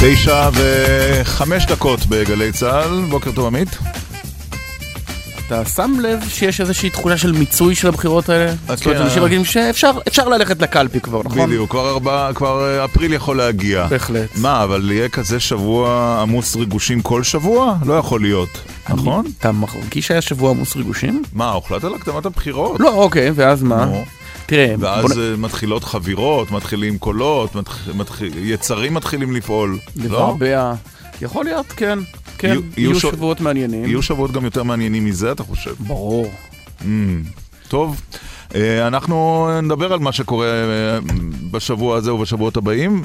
9:05 בגלי צהל. בוקר טוב עמית. אתה שם לב שיש איזושהי תחושה של מיצוי של הבחירות האלה? זאת אומרת, אנשים רגילים שאפשר ללכת לקלפי כבר, נכון? בדיוק, כבר אפריל יכול להגיע. בהחלט. מה, אבל יהיה כזה שבוע עמוס ריגושים כל שבוע? לא יכול להיות, נכון? אתה מרגיש שהיה שבוע עמוס ריגושים? מה, הוחלט על הקדמת הבחירות? לא, אוקיי, ואז מה? תראה, ואז מתחילות חבירות, מתחילים קולות, יצרים מתחילים לפעול. לבעבע. יכול להיות, כן. כן, יהיו שבועות מעניינים. יהיו שבועות גם יותר מעניינים מזה, אתה חושב? ברור. טוב, אנחנו נדבר על מה שקורה בשבוע הזה ובשבועות הבאים,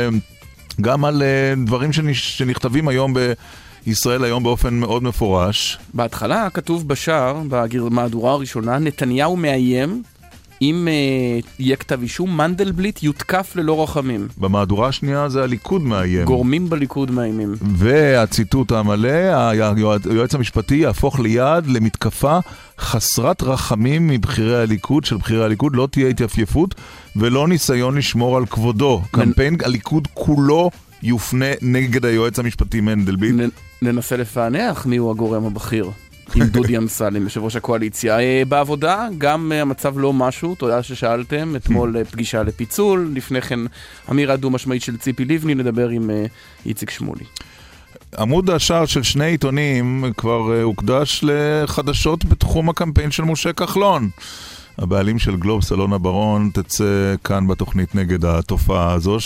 וגם על דברים שנכתבים היום בישראל היום באופן מאוד מפורש. בהתחלה כתוב בשער, במהדורה הראשונה, נתניהו מאיים, אם יהיה כתב אישום, מנדלבליט יותקף ללא רחמים. במהדורה השנייה זה הליכוד מאיים. גורמים בליכוד מאיימים. והציטוט המלא, היועץ המשפטי יהפוך ליעד למתקפה חסרת רחמים מבחירי הליכוד, של בחירי הליכוד לא תהיה התייפייפות ולא ניסיון לשמור על כבודו. קמפיין הליכוד כולו יופנה נגד היועץ המשפטי מנדלבליט. ננסה לפענח מיהו הגורם הבכיר. עם דודי אמסלם, יושב ראש הקואליציה. בעבודה, גם המצב לא משהו, תודה ששאלתם, אתמול פגישה לפיצול, לפני כן אמירה דו-משמעית של ציפי לבני, נדבר עם איציק שמולי. עמוד השער של שני עיתונים כבר הוקדש לחדשות בתחום הקמפיין של משה כחלון. הבעלים של גלובס, אלונה ברון, תצא כאן בתוכנית נגד התופעה הזו,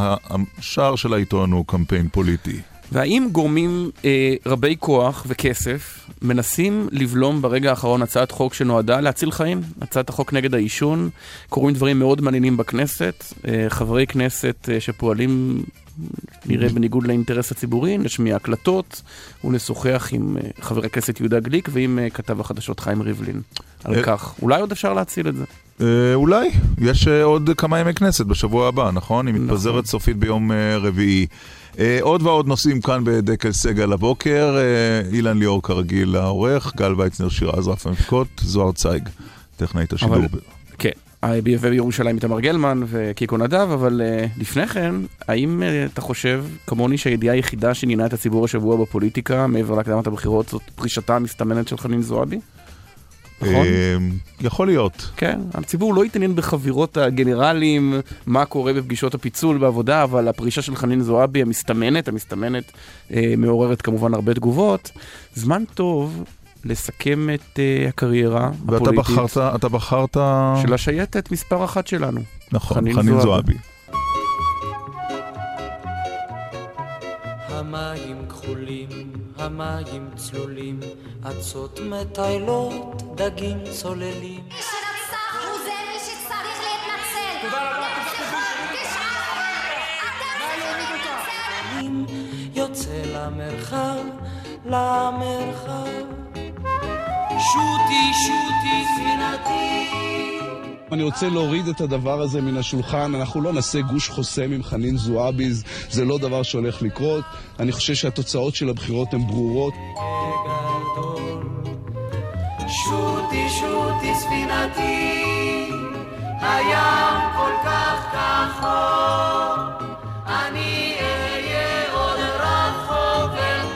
שהשער של העיתון הוא קמפיין פוליטי. והאם גורמים רבי כוח וכסף מנסים לבלום ברגע האחרון הצעת חוק שנועדה להציל חיים? הצעת החוק נגד העישון, קוראים דברים מאוד מעניינים בכנסת, חברי כנסת שפועלים נראה בניגוד לאינטרס הציבורי, נשמיע הקלטות ונשוחח עם חבר הכנסת יהודה גליק ועם כתב החדשות חיים ריבלין על כך. אולי עוד אפשר להציל את זה. אולי, יש עוד כמה ימי כנסת בשבוע הבא, נכון? היא מתפזרת סופית ביום רביעי. עוד ועוד נושאים כאן בדקל סגל הבוקר, אילן ליאור כרגיל העורך, גל ויצנר שירז רף המפיקות, זוהר צייג, טכנאית השידור. כן, בירושלים איתמר גלמן וקיקו נדב, אבל לפני כן, האם אתה חושב, כמוני שהידיעה היחידה שעניינה את הציבור השבוע בפוליטיקה, מעבר להקדמת הבחירות, זאת פרישתה המסתמנת של חנין זועבי? נכון? יכול להיות. כן, הציבור לא התעניין בחבירות הגנרלים, מה קורה בפגישות הפיצול בעבודה, אבל הפרישה של חנין זועבי המסתמנת מעוררת כמובן הרבה תגובות. זמן טוב לסכם את הקריירה הפוליטית. ואתה בחרת של השייטת מספר אחת שלנו. נכון, חנין זועבי. המים כחולים, המים צלולים, עצות מטיילות, דגים צוללים. מי שרצח הוא זה מי שצריך להתנצל. תודה רבה. יוצא למרחב, שוטי ספינתי. אני רוצה להוריד את הדבר הזה מן השולחן, אנחנו לא נעשה גוש חוסם עם חנין זועבי, זה לא דבר שהולך לקרות, אני חושב שהתוצאות של הבחירות הן ברורות. שוטי ספינתי, הים כל כך כחול, אני אהיה עוד רחוק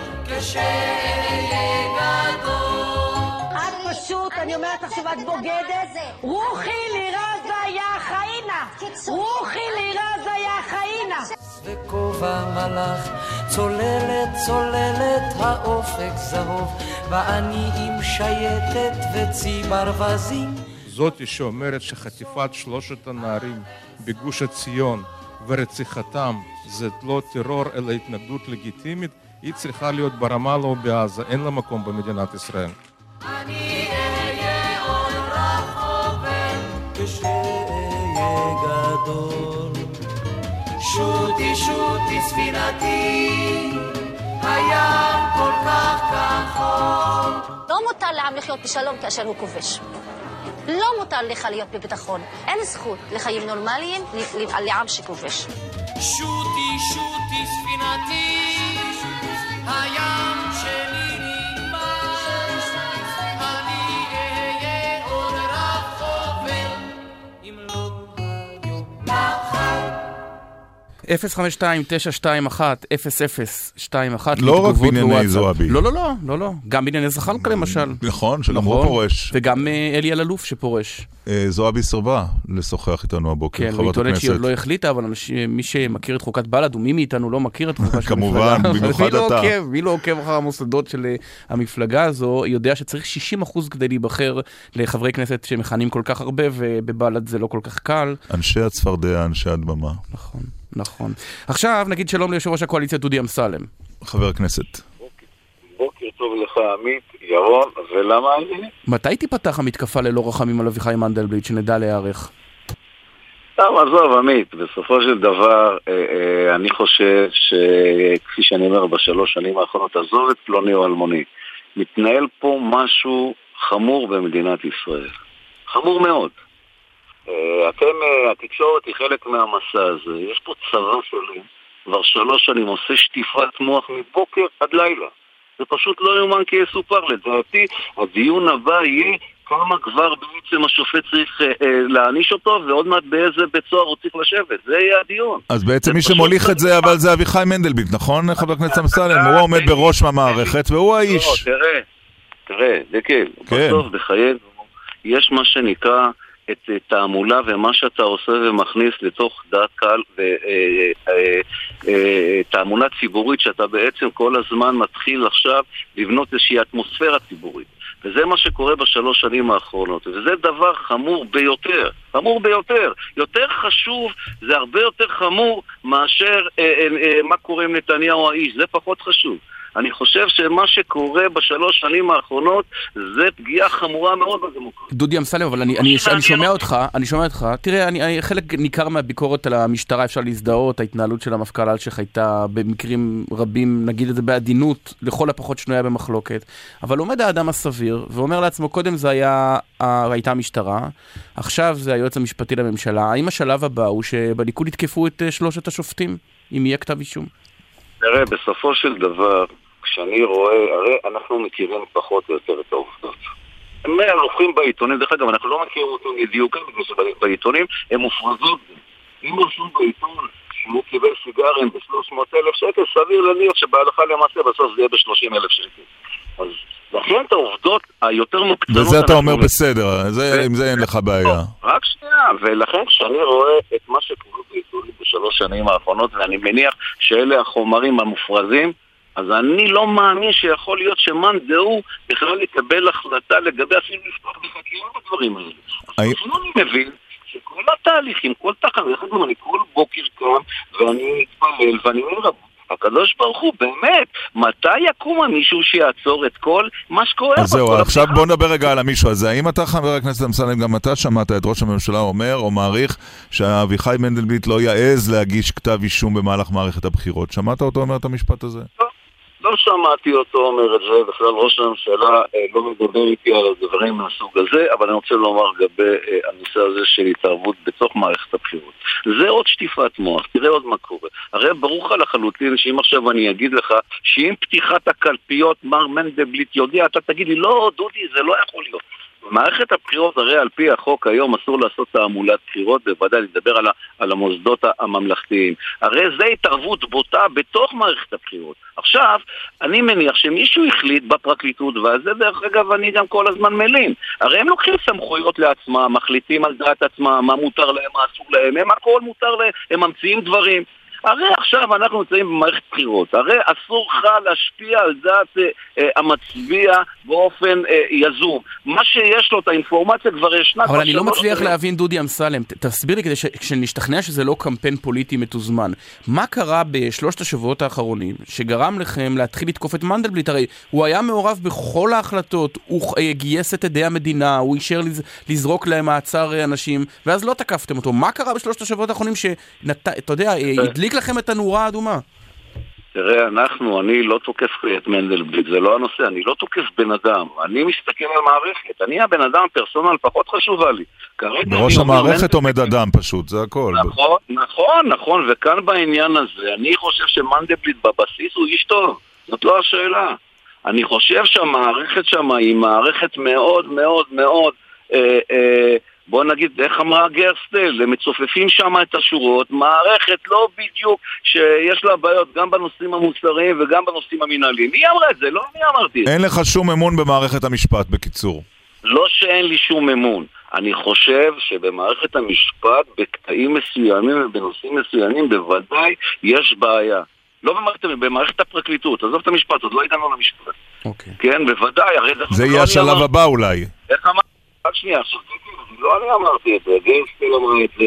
כשאהיה גדול. את פשוט, אני אומרת לך שאת בוגדת, רוחי לירז היה חיינה, רוחי לירז היה חיינה. וכובע מלאך, צוללת האופק זהוב, ואני עם שייטת וצי ברווזים. זאתי שאומרת שחטיפת 3 הנערים בגוש הציון ורציחתם זה לא טרור אלא התנגדות לגיטימית, היא צריכה להיות ברמאללה או בעזה, אין לה מקום במדינת ישראל. אני אהיה עוד רחוק כשאהיה גדול. שוטי ספינתי, הים כל כך כחול. לא מותר לעם לחיות בשלום כאשר הוא כובש. לא מותר לך להיות בביטחון. אין זכות לחיים נורמליים לעם שכובש. שוטי ספינתי, הים שלי נגמר, אני אהיה עוד רחוק אם לא היום מחר. 052-921-0021. לא רק בענייני זועבי. לא. גם בענייני זחאלקה למשל. נכון, שגם הוא פורש. וגם אלי אלאלוף שפורש. זועבי סרבה לשוחח איתנו הבוקר, כן, חברת הכנסת. והיא טוענת שהיא עוד לא החליטה, אבל מי שמכיר את חוקת בל"ד, ומי מאיתנו לא מכיר את חוקה של המפלגה. כמובן, במיוחד אתה. מי לא עוקב אחר המוסדות של המפלגה הזו, יודע שצריך 60% כדי להיבחר לחברי כנסת שמכהנים כל כך הרבה, ובבל"ד זה לא כל כך קל. אנשי הצפרדע, אנשי הדממה. נכון. עכשיו נגיד שלום ליושב ראש הקואליציה דודי אמסלם. חבר הכנסת. בוקר טוב לך עמית, ירון, ולמה אני? מתי תיפתח המתקפה ללא רחמים על אביחי מנדלבליט שנדע להיערך? עזוב עמית, בסופו של דבר אני חושב שכפי שאני אומר בשלוש שנים האחרונות, עזוב את פלוני או אלמוני, מתנהל פה משהו חמור במדינת ישראל. חמור מאוד. התקשורת היא חלק מהמסע הזה. יש פה צבא שלי, כבר 3 שנים עושה שטיפת מוח מבוקר עד לילה. זה פשוט לא יאומן כי יסופר. לדעתי, הדיון הבא יהיה כמה כבר בעצם השופט צריך להעניש אותו, ועוד מעט באיזה בית סוהר הוא צריך לשבת. זה יהיה הדיון. אז בעצם מי שמוליך את זה, אבל זה אביחי מנדלבליט, נכון, חבר הכנסת אמסלם? הוא עומד בראש המערכת, והוא האיש. תראה, דקל, בסוף בחיינו יש מה שנקרא את תעמולה, ומה שאתה עושה ומכניס לתוך דעת קהל תעמולה ציבורית, שאתה בעצם כל הזמן מתחיל עכשיו לבנות איזושהי אטמוספירה ציבורית. וזה מה שקורה ב3 שנים האחרונות, וזה דבר חמור ביותר, חמור ביותר. יותר חשוב, זה הרבה יותר חמור מאשר מה קורה עם נתניהו האיש, זה פחות חשוב. אני חושב שמה שקורה ב3 שנים האחרונות זה פגיעה חמורה מאוד בדמוקרטיה. דודי אמסלם, אבל אני שומע אותך, תראה, חלק ניכר מהביקורת על המשטרה אפשר להזדהות, ההתנהלות של המפכ"ל אלשיך הייתה במקרים רבים, נגיד את זה בעדינות, לכל הפחות שנויה במחלוקת, אבל עומד האדם הסביר ואומר לעצמו, קודם זה הייתה המשטרה, עכשיו זה היועץ המשפטי לממשלה, האם השלב הבא הוא שבליכוד יתקפו את 3 השופטים, אם יהיה כתב אישום? תראה, בסופו של דבר, כשאני רואה, הרי אנחנו מכירים פחות או יותר את העובדות. הם הולכים בעיתונים, דרך אגב, אנחנו לא מכירים אותם לדיוקם, בגלל שבעיתונים הם מופרזות. אם הולכים בעיתון שהוא קיבל סיגרים ב-300,000 שקל, סביר להניח שבהלכה למעשה בסוף זה יהיה ב-30,000 שקל. אז לכן את העובדות היותר מוקצנות... וזה אתה אומר בסדר, עם זה אין לך בעיה. רק שנייה, ולכן כשאני רואה את מה שקורה בעיתונים ב3 שנים האחרונות, ואני מניח שאלה החומרים המופרזים, אז אני לא מאמין שיכול להיות שמאן דהוא בכלל יקבל החלטה לגבי אפילו לפתוח בחקירה בדברים האלה. אז אני מבין שכל התהליכים, כל תחת, אני כל בוקר קם ואני מתפלל ואני אומר, הקדוש ברוך הוא, באמת, מתי יקום מישהו שיעצור את כל מה שקורה? אז זהו, עכשיו בוא נדבר רגע על המישהו הזה. האם אתה, חבר הכנסת אמסלם, גם אתה שמעת את ראש הממשלה אומר או מעריך שאביחי מנדלבליט לא יעז להגיש כתב אישום במהלך מערכת הבחירות? שמעת אותו אומר את המשפט הזה? לא שמעתי אותו אומר את זה, בכלל ראש הממשלה לא מדבר איתי על הדברים מהסוג הזה, אבל אני רוצה לומר לגבי הנושא הזה של התערבות בתוך מערכת הבחירות. זה עוד שטיפת מוח, תראה עוד מה קורה. הרי ברור לך לחלוטין שאם עכשיו אני אגיד לך שאם פתיחת הקלפיות מר מנדלבליט יודיע, אתה תגיד לי, לא דודי, זה לא יכול להיות. מערכת הבחירות, הרי על פי החוק היום אסור לעשות תעמולת בחירות, בוודאי לדבר על המוסדות הממלכתיים. הרי זה התערבות בוטה בתוך מערכת הבחירות. עכשיו, אני מניח שמישהו החליט בפרקליטות, וזה דרך אגב אני גם כל הזמן מלין. הרי הם לוקחים סמכויות לעצמם, מחליטים על דעת עצמם, מה מותר להם, מה אסור להם, הם הכל מותר להם, הם ממציאים דברים. הרי עכשיו אנחנו נמצאים במערכת בחירות, הרי אסור לך להשפיע על דעת המצביע באופן יזום. מה שיש לו את האינפורמציה כבר ישנה. אבל אני לא מצליח להבין דודי אמסלם, תסביר לי כדי שנשתכנע שזה לא קמפיין פוליטי מתוזמן. מה קרה בשלושת השבועות האחרונים שגרם לכם להתחיל לתקוף את מנדלבליט? הרי הוא היה מעורב בכל ההחלטות, הוא גייס את עדי המדינה, הוא אישר לזרוק להם מעצר אנשים, ואז לא תקפתם אותו. מה קרה בשלושת השבועות האחרונים אתה יודע, הדליק לכם את הנורה האדומה? תראה, אני לא תוקף את מנדלבליט, זה לא הנושא, אני לא תוקף בן אדם, אני מסתכל על מערכת, אני הבן אדם פרסונל פחות חשובה לי. בראש המערכת עומד אדם פשוט, זה הכל. נכון, וכאן בעניין הזה, אני חושב שמנדלבליט בבסיס הוא איש טוב, זאת לא השאלה. אני חושב שהמערכת שם היא מערכת מאוד מאוד מאוד בוא נגיד, איך אמרה גרסטל, הם מצופפים שם את השורות, מערכת לא בדיוק שיש לה בעיות גם בנושאים המוסריים וגם בנושאים המנהליים. מי אמרה את זה? לא אני אמרתי. אין לך שום אמון במערכת המשפט, בקיצור. לא שאין לי שום אמון. אני חושב שבמערכת המשפט, בקטעים מסוימים ובנושאים מסוימים, בוודאי יש בעיה. לא במערכת הפרקליטות, עזוב את המשפט, עוד לא הגענו למשפט. אוקיי. כן, בוודאי. זה יהיה השלב הבא אולי. איך אמרתי? רק שנייה, עכשיו, לא אני אמרתי את זה, גרסטל אמר את זה.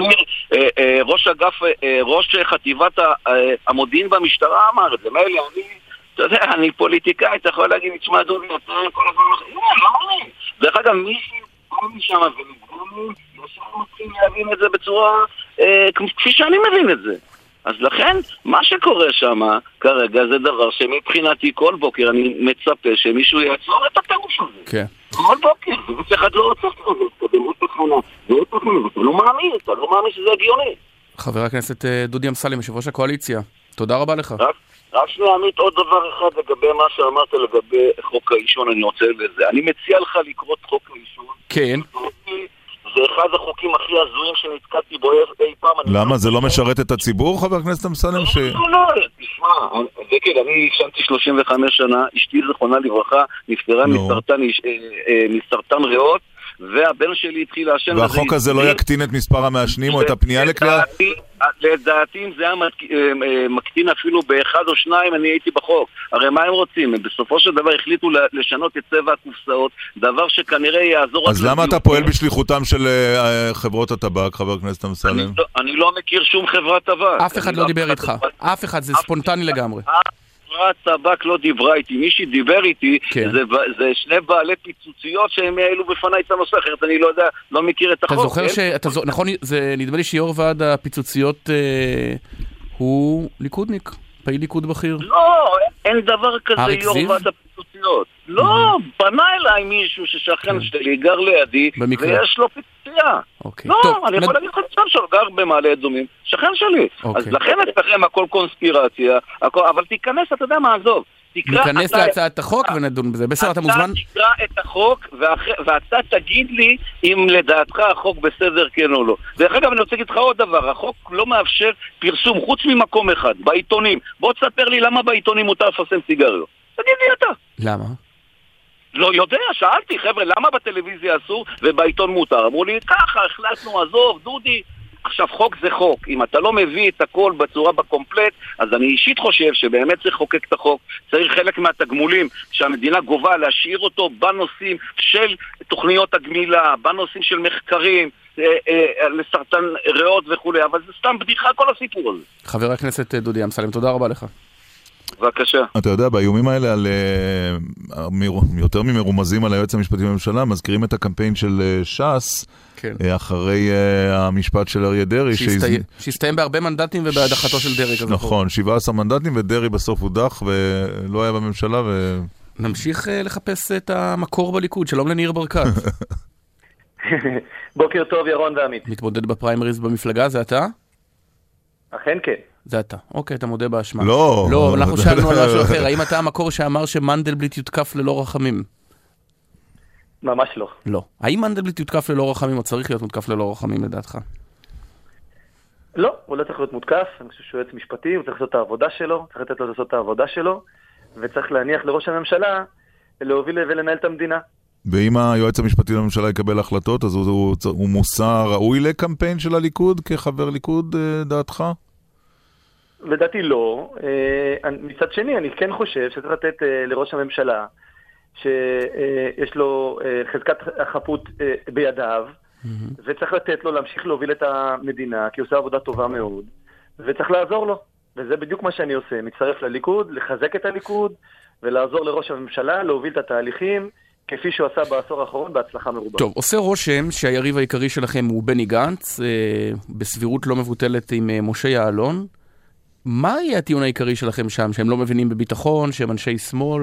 ראש חטיבת המודיעין במשטרה אמר את זה. מילא, אתה יודע, אני פוליטיקאי, אתה יכול להגיד, תשמע דודי, אתה כל הזמן... לא, לא. דרך אגב, מישהו קוראים לי שם ונגרום לי, ישר מתחיל להבין את זה בצורה... כפי שאני מבין את זה. אז לכן, מה שקורה שם כרגע זה דבר שמבחינתי כל בוקר אני מצפה שמישהו יעצור את הטירוף הזה. כן. כל בוקר, אף אחד לא רוצה את זה, אתה באמת תחונה, אתה לא מאמין שזה הגיוני. חבר הכנסת דודי אמסלם, יושב ראש הקואליציה, תודה רבה לך. רק שנייה, עמית, עוד דבר אחד לגבי מה שאמרת לגבי חוק העישון, אני רוצה לזה. אני מציע לך לקרוא את חוק העישון. כן. זה אחד החוקים הכי הזויים שנתקעתי בו אי פעם. למה? זה לא משרת את הציבור, חבר הכנסת אמסלם? לא, תשמע, זה כן, אני עישנתי 35 שנה, אשתי זכרונה לברכה, נפטרה מסרטן ריאות, והבן שלי התחיל לעשן... והחוק הזה לא יקטין את מספר המעשנים או את הפנייה לקריאה? לדעתי אם זה היה מקטין אפילו באחד או שניים, אני הייתי בחוק. הרי מה הם רוצים? הם בסופו של דבר החליטו לשנות את צבע הקופסאות, דבר שכנראה יעזור... אז למה אתה פועל בשליחותם של חברות הטבק, חבר הכנסת אמסלם? אני לא מכיר שום חברת טבק. אף אחד לא דיבר איתך. אף אחד, זה ספונטני לגמרי. חברת טבק לא דיברה איתי, מי שדיבר איתי זה שני בעלי פיצוציות שהם העלו בפניי את הנושא, אחרת אני לא יודע, לא מכיר את החוק. אתה זוכר נכון, נדמה לי שיו"ר ועד הפיצוציות הוא ליכודניק, פעיל ליכוד בכיר. לא, אין דבר כזה יו"ר ועד הפיצוציות. לא, פנה אליי מישהו ששכן שלי גר לידי ויש לו פיצוצייה. לא, אני יכול להגיד לך שהוא גר במעלה אדומים, שכן שלי. אז לכן אצלכם הכל קונספירציה, אבל תיכנס, אתה יודע מה, עזוב. ניכנס להצעת החוק ונדון בזה. בסדר, אתה מוזמן? אתה תקרא את החוק ואתה תגיד לי אם לדעתך החוק בסדר כן או לא. דרך אגב, אני רוצה להגיד לך עוד דבר, החוק לא מאפשר פרסום חוץ ממקום אחד, בעיתונים. בוא תספר לי למה בעיתונים מותר לפרסם סיגריות. תגיד לי אתה. למה? לא יודע, שאלתי, חבר'ה, למה בטלוויזיה אסור ובעיתון מותר? אמרו לי, ככה, החלטנו, עזוב, דודי. עכשיו, חוק זה חוק. אם אתה לא מביא את הכל בצורה בקומפלט, אז אני אישית חושב שבאמת צריך לחוקק את החוק. צריך חלק מהתגמולים שהמדינה גובה להשאיר אותו בנושאים של תוכניות הגמילה, בנושאים של מחקרים, לסרטן ריאות וכו'. אבל זה סתם בדיחה כל הסיפור הזה. חבר הכנסת דודי אמסלם, תודה רבה לך. בבקשה. אתה יודע, באיומים האלה על יותר ממרומזים על היועץ המשפטי בממשלה, מזכירים את הקמפיין של ש"ס, אחרי המשפט של אריה דרעי. שהסתיים בהרבה מנדטים ובהדחתו של דרעי. נכון, 17 מנדטים, ודרעי בסוף הודח ולא היה בממשלה. נמשיך לחפש את המקור בליכוד. שלום לניר ברקת. בוקר טוב, ירון ועמית. מתמודד בפריימריז במפלגה, זה אתה? אכן כן. זה אתה. אוקיי, אתה מודה באשמה. לא. לא, אנחנו שאלנו על משהו אחר. האם אתה המקור שאמר שמנדלבליט יותקף ללא רחמים? ממש לא. לא. האם מנדלבליט יותקף ללא רחמים או צריך להיות מותקף ללא רחמים לדעתך? לא, הוא לא צריך להיות מותקף. אני חושב שהוא יועץ משפטי, הוא צריך לעשות את העבודה שלו, צריך לתת לו לעשות את העבודה שלו, וצריך להניח לראש הממשלה להוביל ולנהל את המדינה. ואם היועץ המשפטי לממשלה יקבל החלטות, אז הוא מוסר ראוי לקמפיין של הליכוד כחבר ליכוד, דעתך? לדעתי לא. מצד שני, אני כן חושב שצריך לתת לראש הממשלה שיש לו חזקת החפות בידיו, וצריך לתת לו להמשיך להוביל את המדינה, כי הוא עושה עבודה טובה מאוד, וצריך לעזור לו. וזה בדיוק מה שאני עושה. מצטרף לליכוד, לחזק את הליכוד, ולעזור לראש הממשלה להוביל את התהליכים, כפי שהוא עשה בעשור האחרון בהצלחה מרובה. טוב, עושה רושם שהיריב העיקרי שלכם הוא בני גנץ, בסבירות לא מבוטלת עם משה יעלון. מה יהיה הטיעון העיקרי שלכם שם? שהם לא מבינים בביטחון, שהם אנשי שמאל?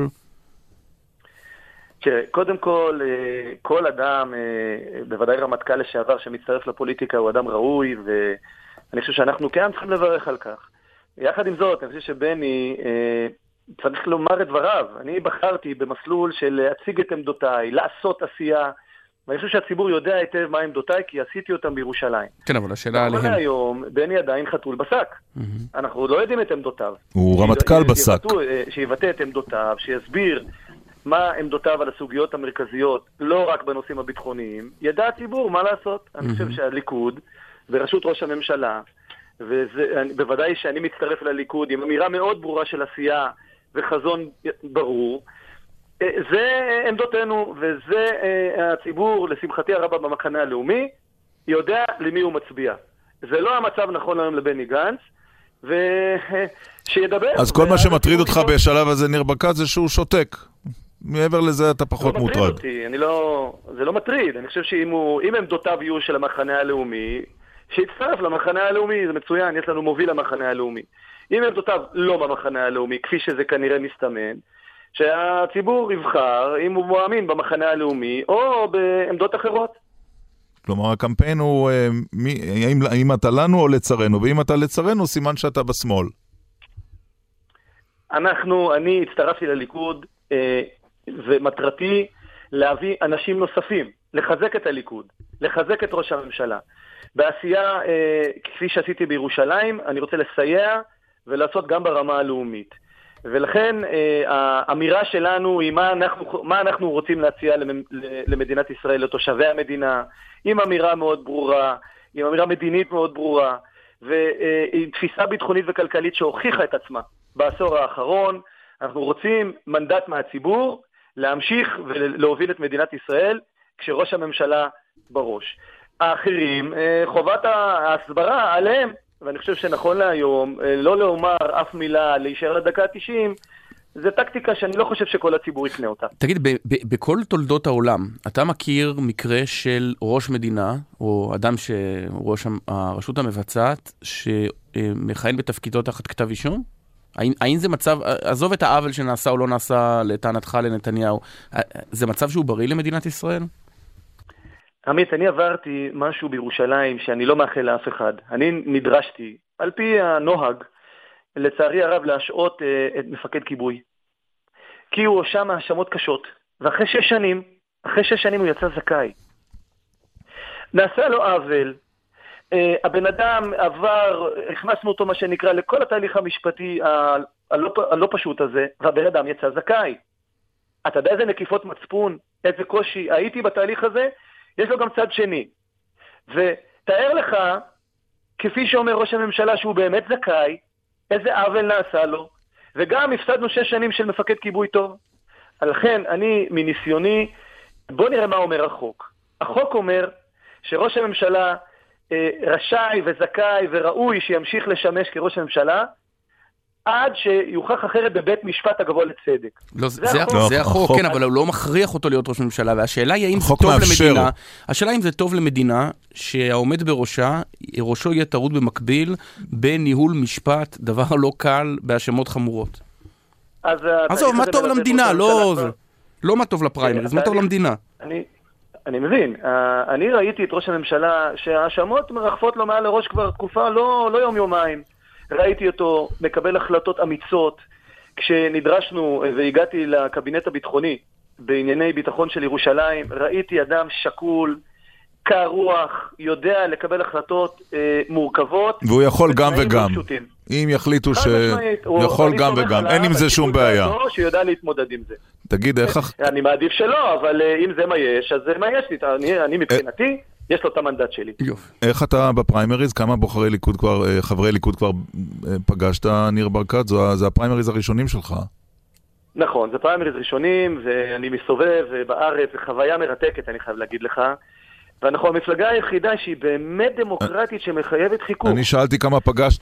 קודם כל, כל אדם, בוודאי רמטכ"ל לשעבר שמצטרף לפוליטיקה, הוא אדם ראוי, ואני חושב שאנחנו כן צריכים לברך על כך. יחד עם זאת, אני חושב שבני צריך לומר את דבריו. אני בחרתי במסלול של להציג את עמדותיי, לעשות עשייה, ואני חושב שהציבור יודע היטב מה עמדותיי, כי עשיתי אותם בירושלים. כן, אבל השאלה עליהם. היום, בני עדיין חתול בשק. אנחנו לא יודעים את עמדותיו. הוא רמטכ"ל בשק. שיבטא את עמדותיו, שיסביר מה עמדותיו על הסוגיות המרכזיות, לא רק בנושאים הביטחוניים. ידע הציבור מה לעשות. אני חושב שהליכוד, בראשות ראש הממשלה, ובוודאי שאני מצטרף לליכוד, עם אמירה מאוד ברורה של עשייה וחזון ברור, זה עמדותינו, וזה הציבור, לשמחתי הרבה במחנה הלאומי, יודע למי הוא מצביע. זה לא המצב נכון היום לבני גנץ, ושידבר. אז כל מה שמטריד אותך בשלב הזה, ניר ברקת, זה שהוא שותק. מעבר לזה אתה פחות מוטרד. זה לא מטריד. אני חושב שאם עמדותיו יהיו של המחנה הלאומי, שיצטרף למחנה הלאומי, זה מצוין, יש לנו מוביל למחנה הלאומי. אם עמדותיו לא במחנה הלאומי, כפי שזה כנראה מסתמן, שהציבור יבחר אם הוא מאמין במחנה הלאומי או בעמדות אחרות. כלומר, הקמפיין הוא האם אתה לנו או לצרנו, ואם אתה לצרנו, סימן שאתה בשמאל. אני הצטרפתי לליכוד, ומטרתי להביא אנשים נוספים, לחזק את הליכוד, לחזק את ראש הממשלה. בעשייה, כפי שעשיתי בירושלים, אני רוצה לסייע ולעשות גם ברמה הלאומית. ולכן האמירה שלנו היא מה אנחנו רוצים להציע למדינת ישראל, לתושבי המדינה, עם אמירה מאוד ברורה, עם אמירה מדינית מאוד ברורה, ועם תפיסה ביטחונית וכלכלית שהוכיחה את עצמה בעשור האחרון. אנחנו רוצים מנדט מהציבור להמשיך ולהוביל את מדינת ישראל כשראש הממשלה בראש. האחרים, חובת ההסברה עליהם, ואני חושב שנכון להיום, לא לומר אף מילה, להישאר לדקה 90, זה טקטיקה שאני לא חושב שכל הציבור יקנה אותה. תגיד, בכל תולדות העולם, אתה מכיר מקרה של ראש מדינה, או אדם שראש הרשות המבצעת, שמכהן בתפקידו תחת כתב אישום? האם זה מצב, עזוב את העוול שנעשה או לא נעשה לטענתך לנתניהו, זה מצב שהוא בריא למדינת ישראל? עמית, אני עברתי משהו בירושלים שאני לא מאחל לאף אחד. אני נדרשתי, על פי הנוהג, לצערי הרב, להשעות את מפקד כיבוי. כי הוא הואשם האשמות קשות. ואחרי 6 שנים הוא יצא זכאי. נעשה לו עוול. הבן אדם עבר, הכנסנו אותו מה שנקרא לכל התהליך המשפטי הלא פשוט הזה, והבן אדם יצא זכאי. אתה יודע איזה נקיפות מצפון, איזה קושי, הייתי בתהליך הזה, יש לו גם צד שני. ותאר לך, כפי שאומר ראש הממשלה שהוא באמת זכאי, איזה עוול נעשה לו, וגם הפסדנו 6 שנים של מפקד כיבוי טוב. לכן אני מניסיוני, בוא נראה מה אומר החוק. החוק אומר שראש הממשלה רשאי וזכאי וראוי שימשיך לשמש כראש הממשלה, עד שיוכח אחרת בבית משפט הגבוה לצדק. זה החוק, כן, אבל הוא לא מכריח אותו להיות ראש ממשלה, והשאלה היא האם זה טוב למדינה, השאלה אם זה טוב למדינה שהעומד בראשה, ראשו יהיה טרוד במקביל בניהול משפט, דבר לא קל בהאשמות חמורות. עזוב, מה טוב למדינה, לא מה טוב לפריימריז, מה טוב למדינה. אני מבין, אני ראיתי את ראש הממשלה שההאשמות מרחפות לו מעל לראש כבר תקופה לא יום-יומיים. ראיתי אותו מקבל החלטות אמיצות כשנדרשנו והגעתי לקבינט הביטחוני בענייני ביטחון של ירושלים. ראיתי אדם שקול, קר רוח, יודע לקבל החלטות מורכבות. והוא יכול גם וגם. אם יחליטו שיכול גם וגם. אין עם זה שום בעיה. שיודע להתמודד עם זה. תגיד איך... אני מעדיף שלא, אבל אם זה מה יש, אז זה מה יש לי. אני מבחינתי... יש לו את המנדט שלי. איך אתה בפריימריז? כמה חברי ליכוד כבר פגשת, ניר ברקת? זה הפריימריז הראשונים שלך. נכון, זה פריימריז ראשונים, ואני מסתובב בארץ, זה חוויה מרתקת, אני חייב להגיד לך. ואנחנו המפלגה היחידה שהיא באמת דמוקרטית שמחייבת חיכוך. אני שאלתי כמה פגשת.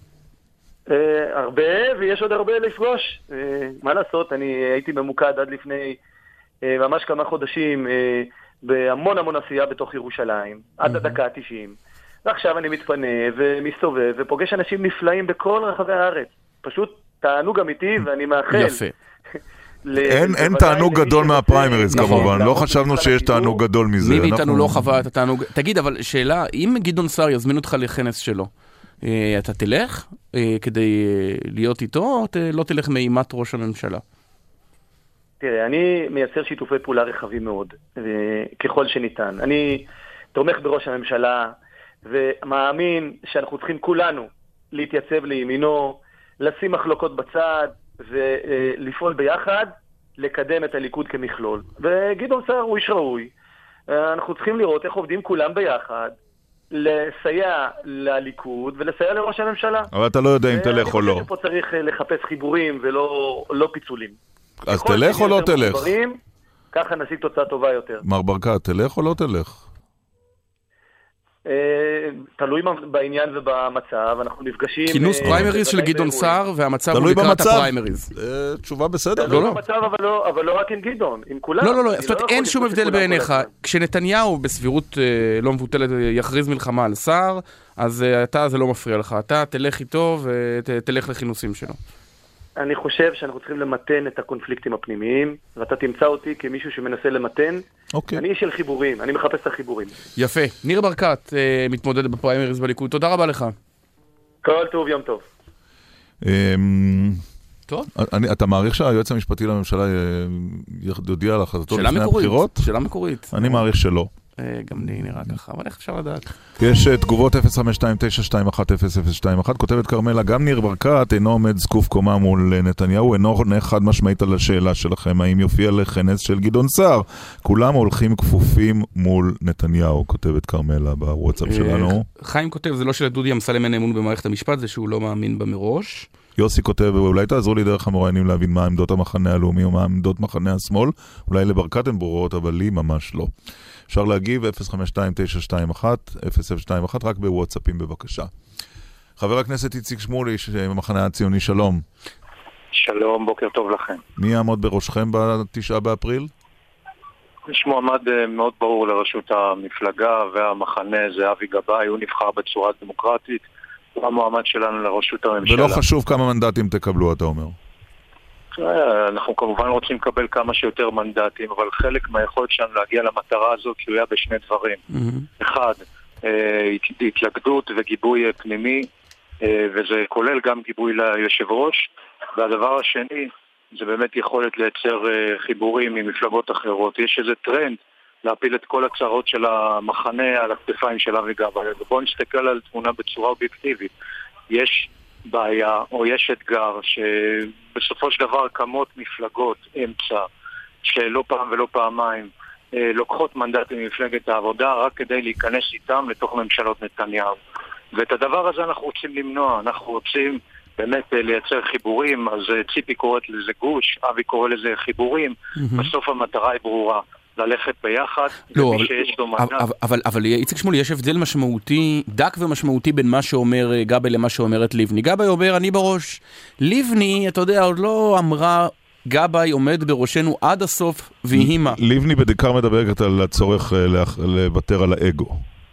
הרבה, ויש עוד הרבה לפגוש. מה לעשות, אני הייתי ממוקד עד לפני ממש כמה חודשים בהמון עשייה בתוך ירושלים, עד הדקה 90. ועכשיו אני מתפנה ומסתובב ופוגש אנשים נפלאים בכל רחבי הארץ. פשוט תענוג אמיתי, ואני מאחל. יפה. אין תענוג גדול מהפריימריז כמובן, לא חשבנו שיש תענוג גדול מזה. מי מאיתנו לא חווה את התענוג. תגיד, אבל שאלה, אם גדעון סער יזמין אותך לכנס שלו, אתה תלך כדי להיות איתו, או לא תלך מאימת ראש הממשלה? תראה, אני מייצר שיתופי פעולה רחבים מאוד, ככל שניתן. אני תומך בראש הממשלה, ומאמין שאנחנו צריכים כולנו להתייצב לימינו, לשים מחלוקות בצד, ולפעול ביחד, לקדם את הליכוד כמכלול. וגדעון סער הוא איש ראוי. אנחנו צריכים לראות איך עובדים כולם ביחד, לסייע לליכוד ולסייע לראש הממשלה. אבל אתה לא יודע אם תלך או לא. אני חושב שפה צריך לחפש חיבורים ולא פיצולים. אז תלך או לא תלך? ככה נשיג תוצאה טובה יותר. מר ברקת, תלך או לא תלך? תלוי בעניין ובמצב, אנחנו נפגשים... כינוס פריימריז של גדעון סער, והמצב הוא לקראת הפריימריז. תשובה בסדר. תלוי במצב, אבל לא רק עם גדעון, עם כולם. לא, זאת אומרת, אין שום הבדל בעיניך. כשנתניהו בסבירות לא מבוטלת יכריז מלחמה על סער, אז אתה זה לא מפריע לך. אתה תלך איתו ותלך לכינוסים שלו. אני חושב שאנחנו צריכים למתן את הקונפליקטים הפנימיים, ואתה תמצא אותי כמישהו שמנסה למתן. אני איש של חיבורים, אני מחפש את החיבורים. יפה. ניר ברקת מתמודד בפריימריז בליכוד. תודה רבה לך. כל טוב, יום טוב. טוב. אתה מעריך שהיועץ המשפטי לממשלה יודיע על החלטתו לפני הבחירות? שאלה מקורית. אני מעריך שלא. גם לי נראה ככה, אבל איך אפשר לדעת? יש תגובות 052-921-0021, כותבת קרמלה, גם ניר ברקת אינו עומד זקוף קומה מול נתניהו, אינו עונה חד משמעית על השאלה שלכם, האם יופיע לכנס של גדעון סער. כולם הולכים כפופים מול נתניהו, כותבת קרמלה בוואטסאפ שלנו. חיים כותב, זה לא שלדודי אמסלם אין אמון במערכת המשפט, זה שהוא לא מאמין בה מראש. יוסי כותב, אולי תעזרו לי דרך המרואיינים להבין מה עמדות המחנה הלאומי ומה עמדות מחנה השמאל, אולי לברקת הן ברורות, אבל לי ממש לא. אפשר להגיב 052-921-0021, רק בוואטסאפים בבקשה. חבר הכנסת איציק שמולי, המחנה הציוני, שלום. שלום, בוקר טוב לכם. מי יעמוד בראשכם ב-9 באפריל? יש מועמד מאוד ברור לראשות המפלגה והמחנה, זה אבי גבאי, הוא נבחר בצורה דמוקרטית, הוא המועמד שלנו לראשות הממשלה. ולא חשוב כמה מנדטים תקבלו, אתה אומר. אנחנו כמובן רוצים לקבל כמה שיותר מנדטים, אבל חלק מהיכולת שלנו להגיע למטרה הזאת תלויה בשני דברים. אחד, התלכדות וגיבוי פנימי, וזה כולל גם גיבוי ליושב ראש. והדבר השני, זה באמת יכולת לייצר חיבורים עם מפלגות אחרות. יש איזה טרנד להפיל את כל הצרות של המחנה על הכתפיים של אבי גבאי. ובואו נסתכל על תמונה בצורה אובייקטיבית. יש בעיה או יש אתגר שבסופו של דבר קמות מפלגות אמצע שלא פעם ולא פעמיים לוקחות מנדטים ממפלגת העבודה רק כדי להיכנס איתם לתוך ממשלות נתניהו. ואת הדבר הזה אנחנו רוצים למנוע, אנחנו רוצים באמת לייצר חיבורים, אז ציפי קוראת לזה גוש, אבי קורא לזה חיבורים, בסוף המטרה היא ברורה. ללכת ביחד, לא, ומי שיש לו מנדט. אבל איציק שמולי, יש הבדל משמעותי, דק ומשמעותי בין מה שאומר גבאי למה שאומרת לבני. גבאי אומר, אני בראש. לבני, אתה יודע, עוד לא אמרה, גבאי עומד בראשנו עד הסוף, והיא מה. לבני בדקר מדברת על הצורך לוותר על האגו.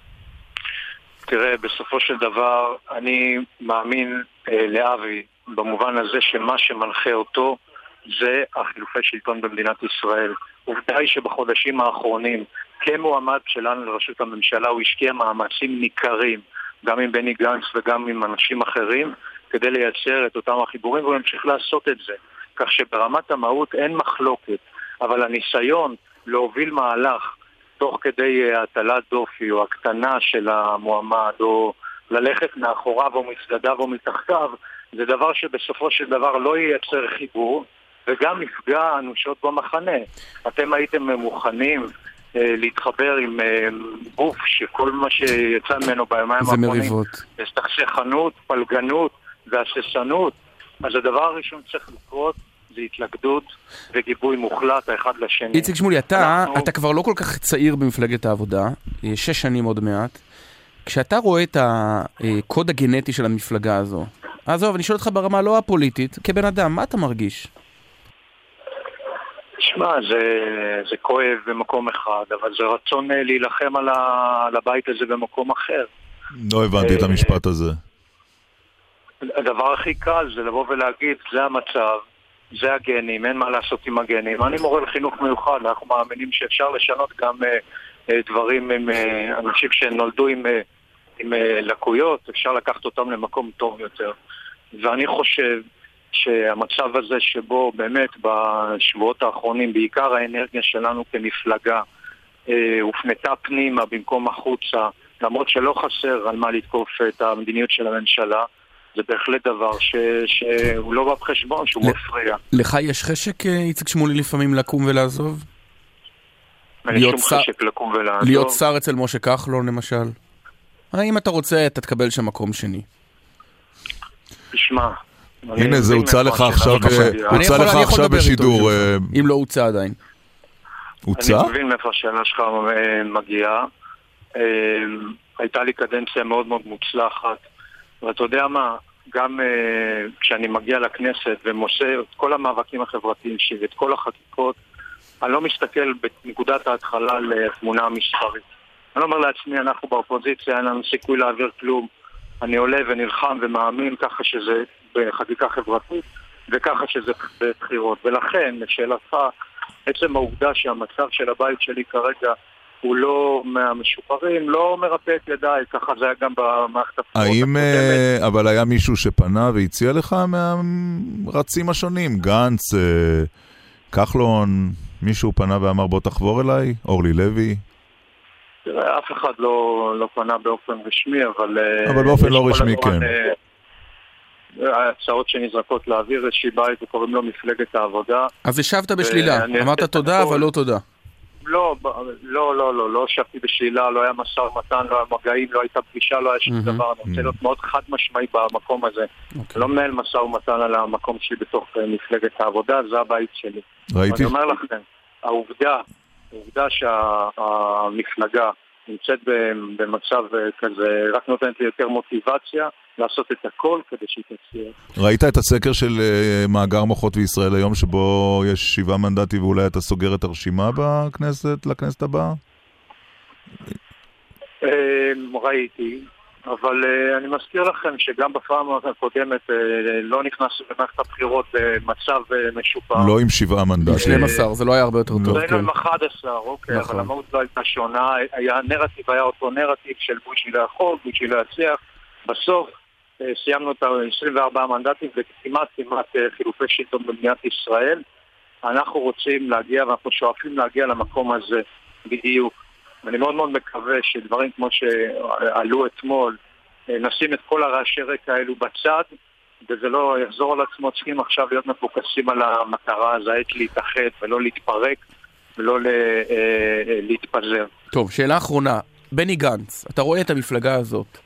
תראה, בסופו של דבר, אני מאמין לאבי, במובן הזה שמה שמנחה אותו, זה החילופי שלטון במדינת ישראל. עובדה היא שבחודשים האחרונים, כמועמד שלנו לראשות הממשלה, הוא השקיע מאמצים ניכרים, גם עם בני גנץ וגם עם אנשים אחרים, כדי לייצר את אותם החיבורים, והוא ימשיך לעשות את זה. כך שברמת המהות אין מחלוקת, אבל הניסיון להוביל מהלך תוך כדי הטלת דופי או הקטנה של המועמד, או ללכת מאחוריו או מצדדיו או מתחתיו, זה דבר שבסופו של דבר לא ייצר חיבור, וגם נפגע אנושות במחנה. אתם הייתם מוכנים להתחבר עם גוף שכל מה שיצא ממנו ביומיים האחרונים זה סכסכנות, פלגנות והססנות. אז הדבר הראשון צריך לקרות זה התלכדות וגיבוי מוחלט האחד לשני. איציק שמולי, אתה כבר לא כל כך צעיר במפלגת העבודה, 6 שנים עוד מעט. כשאתה רואה את הקוד הגנטי של המפלגה הזו, עזוב, אני שואל אותך ברמה לא הפוליטית, כבן אדם, מה אתה מרגיש? שמע, זה כואב במקום אחד, אבל זה רצון להילחם על הבית הזה במקום אחר. לא הבנתי את המשפט הזה. הדבר הכי קל זה לבוא ולהגיד, זה המצב, זה הגנים, אין מה לעשות עם הגנים. אני מורה לחינוך מיוחד, אנחנו מאמינים שאפשר לשנות גם דברים עם אנשים שנולדו עם לקויות, אפשר לקחת אותם למקום טוב יותר. ואני חושב שהמצב הזה שבו באמת בשבועות האחרונים בעיקר האנרגיה שלנו כמפלגה הופנתה פנימה במקום החוצה, למרות שלא חסר על מה לתקוף את המדיניות של הממשלה, זה בהחלט דבר שהוא לא בא בחשבון, שהוא מפריע. לך יש חשק, איציק שמולי, לפעמים לקום ולעזוב? אין שום חשק לקום ולעזוב. להיות שר אצל משה כחלון למשל? האם אתה רוצה, אתה תקבל שם מקום שני? תשמע, הנה, זה הוצא לך עכשיו בשידור. אם לא הוצא עדיין. הוצא? אני מבין מאיפה השאלה שלך מגיעה. הייתה לי קדנציה מאוד מאוד מוצלחת, ואתה יודע מה, גם כשאני מגיע לכנסת ומוסר את כל המאבקים החברתיים שלי ואת כל החקיקות, אני לא מסתכל בנקודת ההתחלה לתמונה המסחרית. אני לא אומר לעצמי, אנחנו באופוזיציה, אין לנו סיכוי להעביר כלום. אני עולה ונלחם ומאמין ככה שזה בחקיקה חברתית וככה שזה בבחירות. ולכן, לשאלתך, עצם העובדה שהמצב של הבית שלי כרגע הוא לא מהמשופרים, לא מרפא את ידיי, ככה זה היה גם במערכת הבחירות. האם, אבל היה מישהו שפנה והציע לך מהרצים השונים? גנץ, כחלון, מישהו פנה ואמר בוא תחבור אליי? אורלי לוי? תראה, אף אחד לא פנה באופן רשמי, אבל באופן לא רשמי, כן. ההצעות שנזרקות להעביר איזושהי בית וקוראים לו מפלגת העבודה. אז השבת בשלילה, אמרת תודה אבל לא תודה. לא שבתי בשלילה, לא היה משא ומתן, לא היה מגעים, לא הייתה פגישה, לא היה שום דבר. אני רוצה להיות מאוד חד משמעי במקום הזה. לא מנהל משא ומתן על המקום שלי בתוך מפלגת העבודה, זה הבית שלי. ראיתי. אני אומר לכם, העובדה שהמפלגה נמצאת במצב כזה, רק נותנת לי יותר מוטיבציה לעשות את הכל כדי שהיא תצליח. ראית את הסקר של מאגר מוחות בישראל היום, שבו יש 7 מנדטים ואולי אתה סוגר את הרשימה לכנסת הבאה? ראיתי, אבל אני מזכיר לכם שגם בפעם הקודמת לא נכנסו במערכת הבחירות במצב משופר. לא עם 7 מנדטים. 12, זה לא היה הרבה יותר טוב. זה היינו עם 11, אוקיי, אבל המהות לא הייתה שונה. הנרטיב היה אותו נרטיב של בוז'י לא יכול, בוז'י לא יצליח. בסוף סיימנו את 24 מנדטים וכמעט חילופי שלטון במדינת ישראל. אנחנו רוצים להגיע ואנחנו שואפים להגיע למקום הזה בדיוק. ואני מאוד מאוד מקווה שדברים כמו שעלו אתמול, נשים את כל הרעשי רקע האלו בצד, וזה לא יחזור על עצמו, צריכים עכשיו להיות מפוקסים על המטרה, אז העת להתאחד ולא להתפרק ולא להתפזר. טוב, שאלה אחרונה. בני גנץ, אתה רואה את המפלגה הזאת,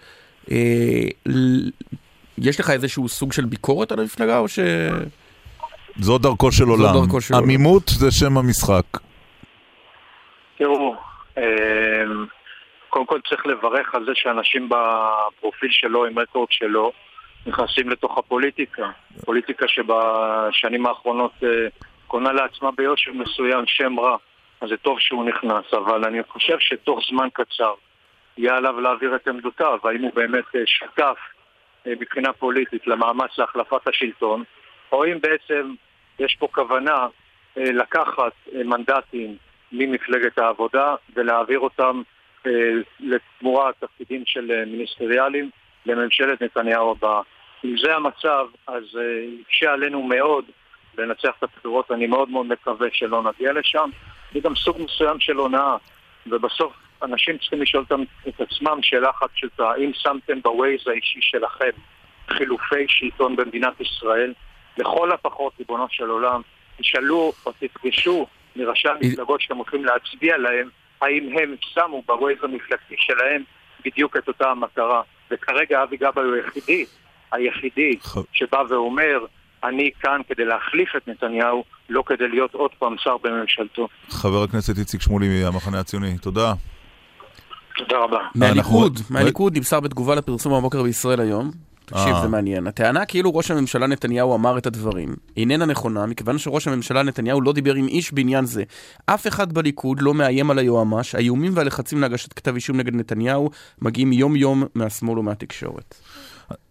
יש לך איזשהו סוג של ביקורת על המפלגה או ש... זו דרכו של עולם. עמימות זה שם המשחק. תראו, קודם כל צריך לברך על זה שאנשים בפרופיל שלו, עם רקורד שלו, נכנסים לתוך הפוליטיקה. פוליטיקה שבשנים האחרונות קונה לעצמה ביושר מסוים שם רע. אז זה טוב שהוא נכנס, אבל אני חושב שתוך זמן קצר יהיה עליו להעביר את עמדותיו, האם הוא באמת שותף מבחינה פוליטית למאמץ להחלפת השלטון, או אם בעצם יש פה כוונה לקחת מנדטים ממפלגת העבודה ולהעביר אותם לתמורה תפקידים של מיניסטריאליים לממשלת נתניהו הבאה. אם זה המצב, אז יקשה עלינו מאוד לנצח את הבחירות. אני מאוד מאוד מקווה שלא נגיע לשם. זה גם סוג מסוים של הונאה, ובסוף אנשים צריכים לשאול את עצמם שאלה אחת פשוטה, האם שמתם בווייז האישי שלכם חילופי שלטון במדינת ישראל? לכל הפחות, ריבונו של עולם, תשאלו או תפגשו מראשי המפלגות שאתם הולכים להצביע להם, האם הם שמו בווייז המפלגתי שלהם בדיוק את אותה המטרה. וכרגע אבי גבאי הוא היחידי שבא ואומר, אני כאן כדי להחליף את נתניהו, לא כדי להיות עוד פעם שר בממשלתו. חבר הכנסת איציק שמולי מהמחנה הציוני, תודה. תודה רבה. מהליכוד נמסר בתגובה לפרסום הבוקר בישראל היום, תקשיב, זה מעניין. הטענה כאילו ראש הממשלה נתניהו אמר את הדברים איננה נכונה, מכיוון שראש הממשלה נתניהו לא דיבר עם איש בעניין זה. אף אחד בליכוד לא מאיים על היועמ"ש. האיומים והלחצים להגשת כתב אישום נגד נתניהו מגיעים יום יום מהשמאל ומהתקשורת.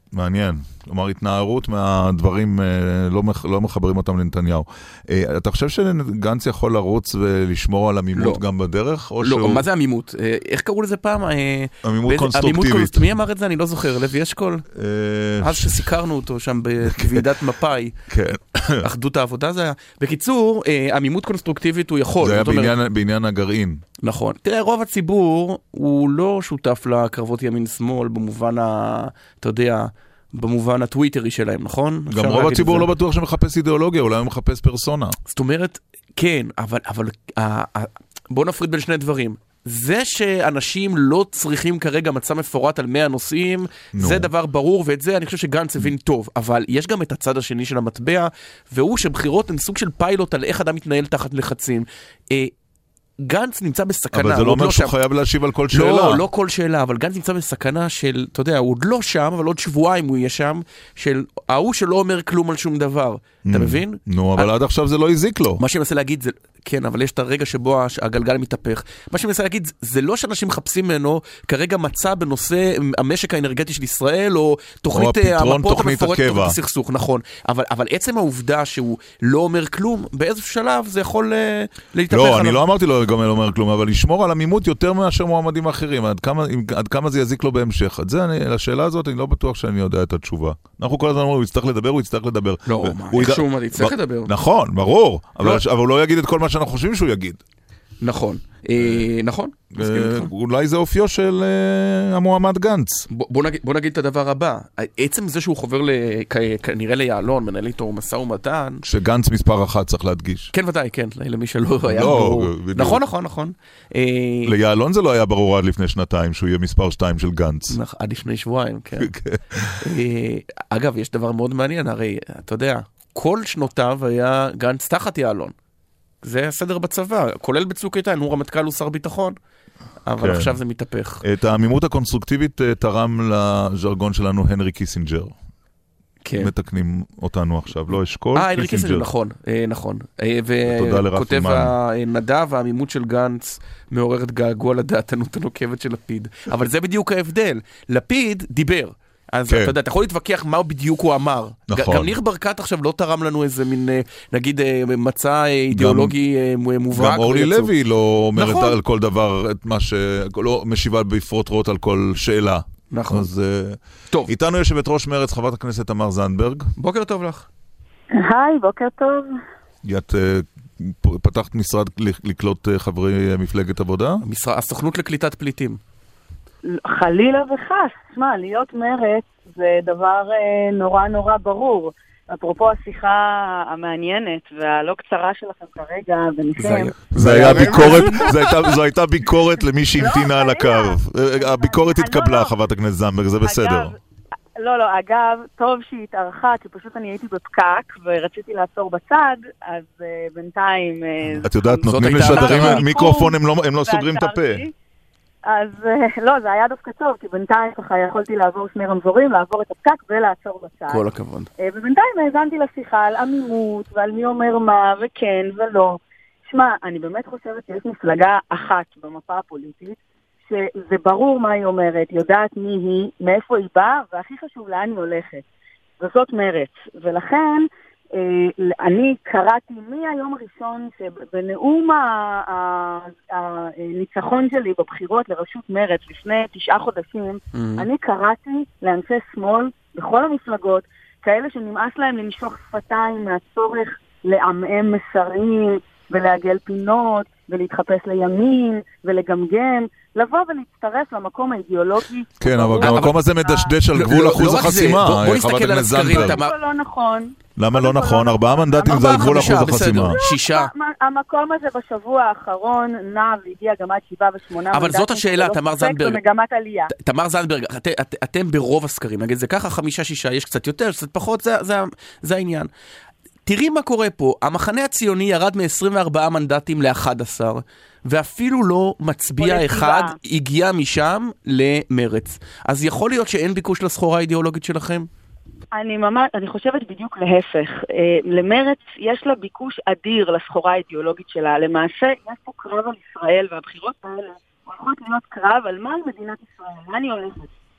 מעניין. כלומר, התנערות מהדברים, לא מחברים אותם לנתניהו. אתה חושב שגנץ יכול לרוץ ולשמור על עמימות גם בדרך? לא, מה זה עמימות? איך קראו לזה פעם? עמימות קונסטרוקטיבית. מי אמר את זה? אני לא זוכר. לוי אשכול? אז שסיקרנו אותו שם בוועידת מפאי. כן. אחדות העבודה זה היה. בקיצור, עמימות קונסטרוקטיבית הוא יכול. זה היה בעניין הגרעין. נכון. תראה, רוב הציבור הוא לא שותף לקרבות ימין-שמאל במובן אתה יודע, במובן הטוויטרי שלהם, נכון? גם רוב הציבור לא בטוח שמחפש אידיאולוגיה, אולי הוא מחפש פרסונה. זאת אומרת, כן, אבל בואו נפריד בין שני דברים. זה שאנשים לא צריכים כרגע מצע מפורט על 100 נושאים, זה דבר ברור, ואת זה אני חושב שגנץ הבין טוב. אבל יש גם את הצד השני של המטבע, והוא שבחירות הן סוג של פיילוט על איך אדם מתנהל תחת לחצים. גנץ נמצא בסכנה. אבל זה לא אומר שהוא חייב להשיב על כל שאלה. לא כל שאלה, אבל גנץ נמצא בסכנה של, אתה יודע, הוא עוד לא שם, אבל עוד שבועיים הוא יהיה שם, של ההוא שלא אומר כלום על שום דבר. אתה מבין? נו, אבל עד עכשיו זה לא הזיק לו. מה שאני מנסה להגיד זה, כן, אבל יש את הרגע שבו הגלגל מתהפך. מה שאני מנסה להגיד, זה לא שאנשים מחפשים ממנו כרגע מצא בנושא המשק האנרגטי של ישראל, או תוכנית המפות המפורטת בסכסוך, נכון. אבל עצם העובדה שהוא לא אומר כלום, באיזשהו שלב זה יכול להתהפך. לא, אני לא אמרתי לו גם לא אומר כלום, אבל לשמור על עמימות יותר מאשר מועמדים אחרים. עד כמה זה יזיק לו בהמשך? לשאלה הזאת אני לא בטוח שאני יודע את התשובה. אנחנו כל הזמן אומרים, הוא יצטרך לדבר, הוא יצטרך לדבר. לא, איכשהו הוא יצטרך לדבר. נכון, ברור. אבל הוא לא יגיד את כל מה שאנחנו חושבים שהוא יגיד. נכון. נכון. אולי זה אופיו של המועמד גנץ. בוא נגיד את הדבר הבא. עצם זה שהוא חובר כנראה ליעלון, מנהל איתו משא ומתן. שגנץ מספר 1 צריך להדגיש. כן ודאי, כן. למי שלא היה ברור. נכון. ליעלון זה לא היה ברור עד לפני שנתיים, שהוא יהיה מספר 2 של גנץ. עד לפני שבועיים, כן. אגב, יש דבר מאוד מעניין. הרי, אתה יודע, כל שנותיו היה גנץ תחת יעלון. זה הסדר בצבא, כולל בצוק איתן, הוא רמטכ"ל, הוא שר ביטחון, אבל עכשיו זה מתהפך. את העמימות הקונסטרוקטיבית תרם לז'רגון שלנו הנרי קיסינג'ר. מתקנים אותנו עכשיו, לא אשכול, הנרי קיסינג'ר, נכון. וכותב הנדב, העמימות של גנץ מעוררת געגוע לדעתנות הנוקבת של לפיד. אבל זה בדיוק ההבדל. לפיד דיבר. אז אתה יודע, אתה יכול להתווכח מה בדיוק הוא אמר. גם ניר ברקת עכשיו לא תרם לנו איזה מין, נגיד, מצע אידיאולוגי מוברק. גם אורלי לוי לא אומרת על כל דבר, את מה שלא משיבה בפרוטרוט על כל שאלה. נכון. אז איתנו יושבת ראש מרץ, חברת הכנסת תמר זנדברג. בוקר טוב לך. היי, בוקר טוב. את פתחת משרד לקלוט חברי מפלגת עבודה? הסוכנות לקליטת פליטים. חלילה וחס, שמע, להיות מרץ זה דבר נורא ברור. אפרופו השיחה המעניינת והלא קצרה שלכם כרגע ביניכם. זו הייתה ביקורת למי שהמתינה על הקו. הביקורת התקבלה, חברת הכנסת זנדברג, זה בסדר. לא, אגב, טוב שהיא התארכה, כי פשוט אני הייתי בפקק ורציתי לעצור בצד, אז בינתיים... את יודעת, נותנים לשדרים מיקרופון, הם לא סוגרים את הפה. אז לא, זה היה דווקא טוב, כי בינתיים ככה יכולתי לעבור שני רמזורים, לעבור את הפקק ולעצור בצד. כל הכבוד. ובינתיים האזנתי לשיחה על עמימות ועל מי אומר מה וכן ולא. שמע, אני באמת חושבת שיש מפלגה אחת במפה הפוליטית, שזה ברור מה היא אומרת, יודעת מי היא, מאיפה היא באה, והכי חשוב לאן היא הולכת. וזאת מרץ. ולכן... אני קראתי מהיום הראשון שבנאום הניצחון שלי בבחירות לראשות מרץ לפני 9 חודשים, אני קראתי לאנשי שמאל בכל המפלגות, כאלה שנמאס להם לנשוך שפתיים מהצורך לעמעם מסרים ולעגל פינות ולהתחפש לימין ולגמגם, לבוא ולהצטרף למקום האידיאולוגי. כן, אבל גם המקום הזה מדשדש על גבול אחוז החסימה. בוא נסתכל על הסקרים. לא נכון. למה לא נכון? 4 מנדטים זה על גבול אחוז החסימה. 6. המקום הזה בשבוע האחרון נע והגיע גם עד 7 ו8 מנדטים. אבל זאת השאלה, תמר זנדברג. במגמת עלייה. תמר זנדברג, אתם ברוב הסקרים, נגיד זה ככה 5-6, יש קצת יותר, קצת פחות, זה העניין. תראי מה קורה פה, המחנה הציוני ירד מ-24 מנדטים ל-11, ואפילו לא מצביע אחד הגיע משם למרץ. אז יכול להיות שאין ביקוש לסחורה האידיאולוגית שלכם? אני חושבת בדיוק להפך. למרץ יש לה ביקוש אדיר לסחורה האידיאולוגית שלה. למעשה, יש פה קרב על ישראל, והבחירות האלה הולכות להיות קרב על מה על מדינת ישראל, מה אני הולכת.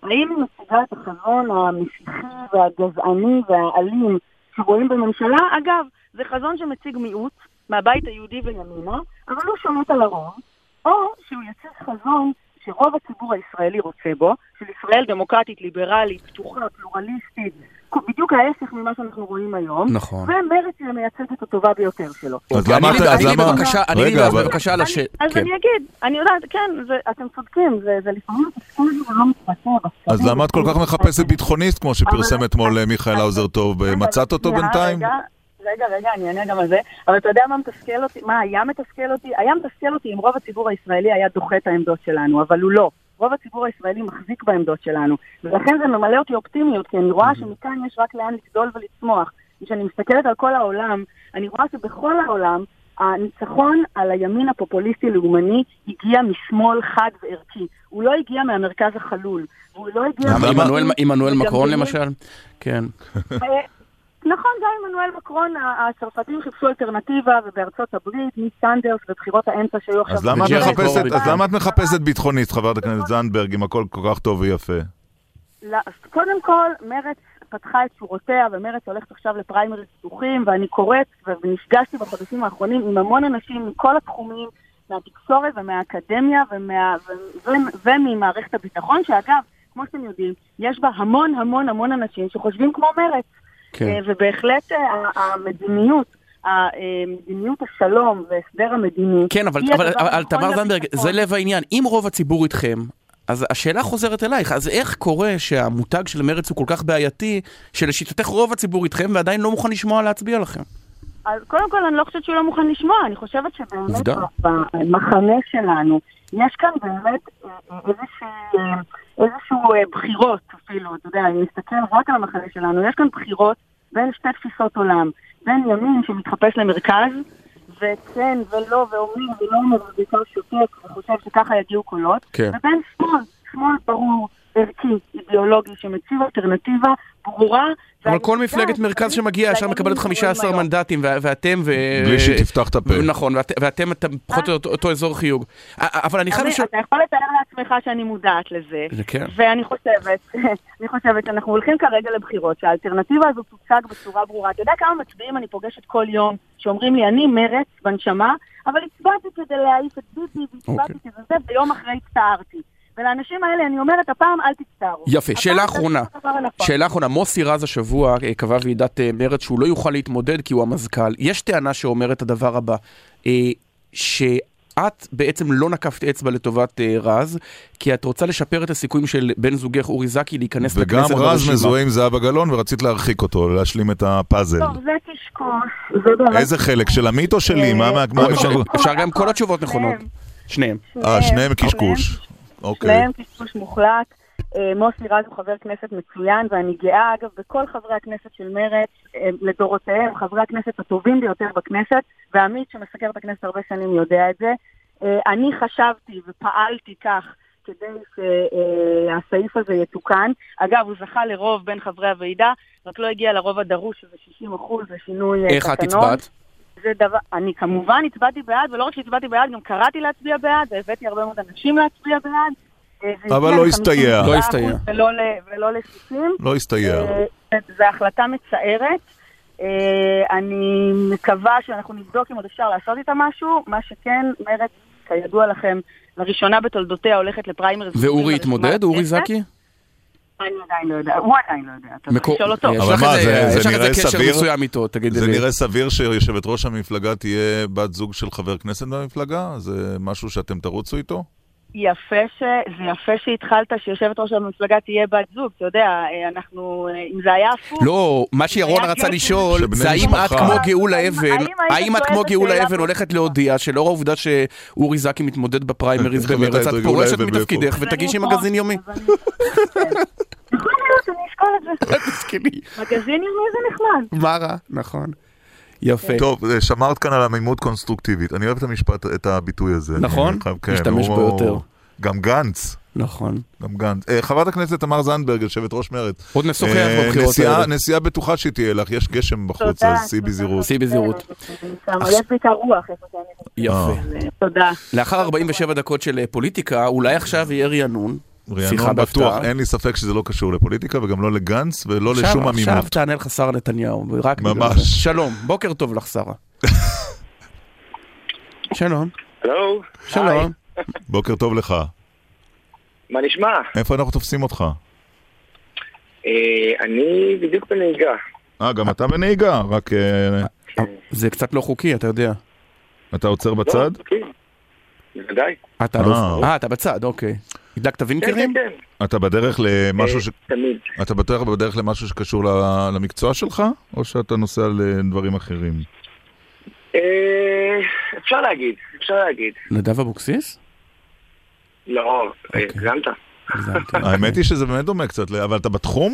האם היא מציגה את החזון המשיחי והגזעני והאלים שרואים בממשלה? אגב, זה חזון שמציג מיעוט מהבית היהודי וימינה, אבל הוא שומט על הרוב, או שהוא יציג חזון שרוב הציבור הישראלי רוצה בו, של ישראל דמוקרטית, ליברלית, פתוחה, פלורליסטית, בדיוק ההפך ממה שאנחנו רואים היום. נכון. ומרץ היא המייצגת הטובה ביותר שלו. אז למה... בבקשה על השאלה. אז אני אגיד, אני יודעת, כן, אתם צודקים, זה לפעמים תסכול ולא מתפצה. אז למה את כל כך מחפשת ביטחוניסט, כמו שפרסם אתמול מיכאל האוזר טוב? מצאת אותו בינתיים? רגע, אני אענה גם על זה, אבל אתה יודע מה מתסכל אותי? מה היה מתסכל אותי? היה מתסכל אותי אם רוב הציבור הישראלי היה דוחה את העמדות שלנו, אבל הוא לא. רוב הציבור הישראלי מחזיק בעמדות שלנו, ולכן זה ממלא אותי אופטימיות, כי אני רואה שמכאן יש רק לאן לגדול ולצמוח. כשאני מסתכלת על כל העולם, אני רואה שבכל העולם, הניצחון על הימין הפופוליסטי-לאומני הגיע משמאל חד וערכי. הוא לא הגיע מהמרכז החלול. והוא לא הגיע... עמנואל מקרון למשל? כן. נכון, גם עמנואל מקרון, הצרפתים חיפשו אלטרנטיבה, ובארצות הברית, מסנדרס ובחירות האמצע שהיו עכשיו... אז למה את מחפשת ביטחוניסט, חברת הכנסת זנדברג, אם הכל כל כך טוב ויפה? קודם כל, מרץ פתחה את שורותיה, ומרץ הולכת עכשיו לפריימריז פתוחים, ואני קוראת, ונפגשתי בחודשים האחרונים עם המון אנשים מכל התחומים, מהתקשורת ומהאקדמיה וממערכת הביטחון, שאגב, כמו שאתם יודעים, יש בה המון המון המון אנשים שחושבים כמו מרץ. ובהחלט המדיניות, מדיניות השלום והסדר המדיני... כן, אבל תמר זנדברג, זה לב העניין. אם רוב הציבור איתכם, אז השאלה חוזרת אלייך. אז איך קורה שהמותג של מרץ הוא כל כך בעייתי, שלשיטתך רוב הציבור איתכם ועדיין לא מוכן לשמוע להצביע לכם? אז קודם כל אני לא חושבת שהוא לא מוכן לשמוע. אני חושבת שבאמת במחנה שלנו יש כאן באמת איזשהו בחירות אפילו, אתה יודע, אם נסתכל רק על המחנה שלנו, יש כאן בחירות בין שתי תפיסות עולם, בין ימין שמתחפש למרכז, וכן ולא ואומר ולא אומר ובעיקר שותק וחושב שככה יגיעו קולות, ובין שמאל ברור, ערכי, אידיאולוגי, שמציב אלטרנטיבה ברורה. אבל כל מפלגת מרכז שמגיע ישר מקבלת 15 מנדטים, ואתם בלי שתפתח את הפה. נכון, ואתם פחות אותו אזור חיוג. אבל אני חייב לשאול... אתה יכול לתאר לעצמך שאני מודעת לזה. ואני חושבת שאנחנו הולכים כרגע לבחירות, שהאלטרנטיבה הזו תוצג בצורה ברורה. אתה יודע כמה מצביעים אני פוגשת כל יום, שאומרים לי, אני מרץ בנשמה, אבל הצבעתי כדי להעיף את ביבי, והצבעתי כזה זה, ויום אחרי הצטערתי. ולאנשים האלה אני אומרת, הפעם אל תצטערו. יפה, שאלה אחרונה. מוסי רז השבוע קבע ועידת מרץ שהוא לא יוכל להתמודד כי הוא המזכ"ל. יש טענה שאומרת הדבר הבא, שאת בעצם לא נקפת אצבע לטובת רז, כי את רוצה לשפר את הסיכויים של בן זוגך אורי זקי להיכנס לכנסת. וגם רז מזוהה עם זהבה גלאון ורצית להרחיק אותו, להשלים את הפאזל. טוב, זה קשקוש. איזה חלק? של עמית או שלי? אפשר גם כל התשובות נכונות. שניהם. שניהם קשקוש. שניהם קשקוש מוחלט. מוסי רז הוא חבר כנסת מצוין, ואני גאה אגב בכל חברי הכנסת של מרץ, לדורותיהם, חברי הכנסת הטובים ביותר בכנסת, ועמית שמסקר את הכנסת הרבה שנים יודע את זה. אני חשבתי ופעלתי כך כדי שהסעיף הזה יתוקן. אגב, הוא זכה לרוב בין חברי הוועידה, רק לא הגיע לרוב הדרוש, שזה 60% לשינוי תקנון. איך את הצבעת? אני כמובן הצבעתי בעד, ולא רק שהצבעתי בעד, גם קראתי להצביע בעד, והבאתי הרבה מאוד אנשים להצביע בעד. אבל לא הסתייע. ולא לסיסים. לא הסתייע. זו החלטה מצערת. אני מקווה שאנחנו נבדוק אם עוד אפשר לעשות איתה משהו. מה שכן, מרץ, כידוע לכם, לראשונה בתולדותיה הולכת לפריימריז. ואורי התמודד? אורי זקי? אני עדיין לא יודע, הוא עדיין לא יודע, אתה צריך לשאול אותו. אבל מה, זה נראה סביר שיושבת ראש המפלגה תהיה בת זוג של חבר כנסת במפלגה? זה משהו שאתם תרוצו איתו? זה יפה שהתחלת שיושבת ראש המפלגה תהיה בת זוג, אתה יודע, אנחנו, אם זה היה הפוך... לא, מה שירון רצה לשאול, זה האם את כמו גאולה אבן, האם את כמו גאולה אבן הולכת להודיע שלאור העובדה שאורי זקי מתמודד בפריימריז במרץ, את פורשת מתפקידך ותגישי מגזין יומי. נכון להיות, אני אשקול את זה. מגזין יומי זה נחמד. מה רע, נכון. יפה. טוב, שמרת כאן על עמימות קונסטרוקטיבית. אני אוהב את המשפט, את הביטוי הזה. נכון? משתמש בו יותר. גם גנץ. נכון. גם גנץ. חברת הכנסת תמר זנדברג, יושבת ראש מרץ. עוד נשוחח בבחירות האלה. נסיעה בטוחה שתהיה לך, יש גשם בחוץ, אז סי בזהירות. סי בזהירות. יש בעיקר רוח. יפה. תודה. לאחר 47 דקות של פוליטיקה, אולי עכשיו יהיה רענון. רענון בטוח, אין לי ספק שזה לא קשור לפוליטיקה, וגם לא לגנץ, ולא לשום עמימות. עכשיו תענה לך שרה נתניהו, ממש. שלום, בוקר טוב לך שרה. שלום. הלו. שלום. בוקר טוב לך. מה נשמע? איפה אנחנו תופסים אותך? אני בדיוק בנהיגה. גם אתה בנהיגה, רק... זה קצת לא חוקי, אתה יודע. אתה עוצר בצד? לא, חוקי. בוודאי. אתה בצד, אוקיי. הדלקת וינקרים? כן. אתה בדרך למשהו תמיד. אתה בדרך למשהו שקשור למקצוע שלך, או שאתה נוסע לדברים אחרים? אפשר להגיד. נדב אבוקסיס? לא, גזמת. האמת היא שזה באמת דומה קצת, אבל אתה בתחום?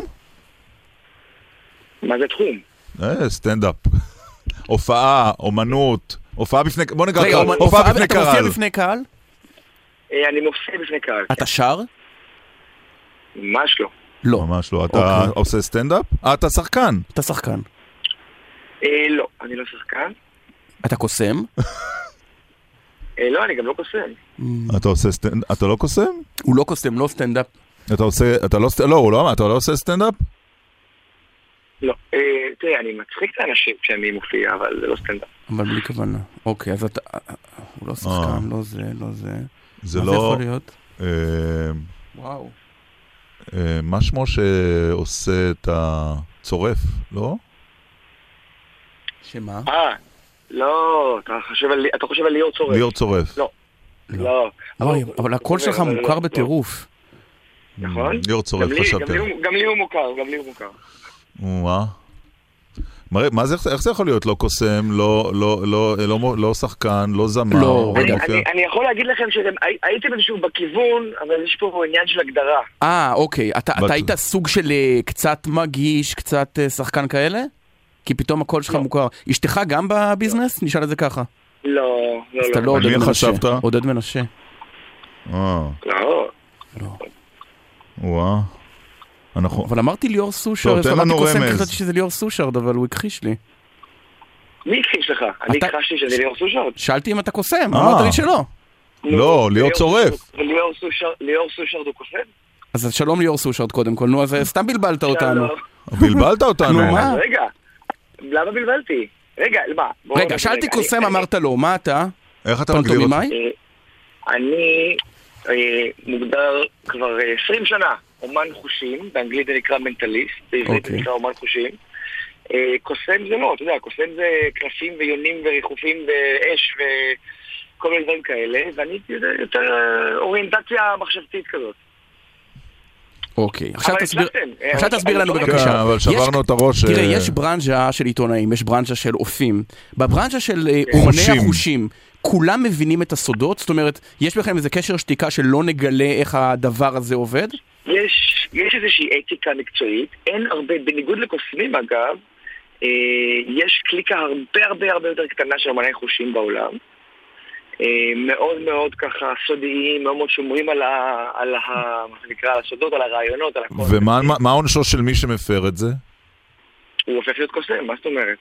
מה זה תחום? סטנדאפ. הופעה, אומנות, הופעה בפני... בוא נגע רגע, הופעה בפני קהל. אתה מופיע בפני קהל? אני מופיע בפני קהל. אתה שר? ממש לא. לא. ממש לא. אתה עושה סטנדאפ? אתה שחקן. אתה שחקן. לא, אני לא שחקן. אתה קוסם? לא, אני גם לא קוסם. אתה עושה סטנדאפ? אתה לא קוסם? הוא לא קוסם, לא סטנדאפ. אתה עושה... אתה לא עושה סטנדאפ? לא. תראה, אני מצחיק את האנשים כשאני מופיע, אבל זה לא סטנדאפ. אבל בלי כוונה. אוקיי, אז אתה... הוא לא שחקן, לא זה, לא זה. זה מה לא... זה יכול להיות? וואו. מה שמו שעושה את הצורף, לא? שמה? לא, אתה חושב על ליאור צורף. ליאור צורף. לא. אבל הקול שלך מוכר בטירוף. נכון? ליאור צורף, חשבתי. גם לי הוא מוכר. מה זה, איך זה יכול להיות? לא קוסם, לא שחקן, לא זמר? לא, רגע. אני יכול להגיד לכם שהייתם איזשהו בכיוון, אבל יש פה עניין של הגדרה. אוקיי. אתה היית סוג של קצת מגיש, קצת שחקן כאלה? כי פתאום הקול שלך מוכר. אשתך גם בביזנס? נשאל את זה ככה. לא. אז אתה לא עודד מנשה. עודד מנשה. לא. וואה. אבל אמרתי ליאור סושרד, אמרתי קוסם, חשבתי שזה ליאור סושרד, אבל הוא הכחיש לי. מי הכחיש לך? אני הכחשתי שזה ליאור סושרד. שאלתי אם אתה קוסם, אמרת לי שלא. לא, ליאור צורף. ליאור סושרד הוא קוסם? אז שלום ליאור סושרד קודם כל, נו, אז סתם בלבלת אותנו. בלבלת אותנו. רגע, למה בלבלתי? רגע, שאלתי קוסם, אמרת לו, מה אתה? איך אתה מגדיר אותך? אני מוגדר כבר 20 שנה אומן חושים, באנגלית זה נקרא מנטליסט, בעברית זה נקרא אומן חושים. קוסם זה לא, אתה יודע, קוסם זה קרשים ויונים וריחופים ואש וכל מיני דברים כאלה, ואני יותר אוריינטציה מחשבתית כזאת. אוקיי, עכשיו תסביר לנו בבקשה. אבל שברנו את הראש. תראה, יש ברנז'ה של עיתונאים, יש ברנז'ה של אופים. בברנז'ה של אומני החושים, כולם מבינים את הסודות? זאת אומרת, יש בכם איזה קשר שתיקה שלא נגלה איך הדבר הזה עובד? יש איזושהי אתיקה מקצועית, אין הרבה, בניגוד לקוסמים אגב, יש קליקה הרבה יותר קטנה של אומני חושים בעולם, מאוד מאוד ככה סודיים, מאוד מאוד שומרים על מה שנקרא, על הסודות, על הרעיונות, על הכל. ומה עונשו של מי שמפר את זה? הוא הופך להיות קוסם, מה זאת אומרת?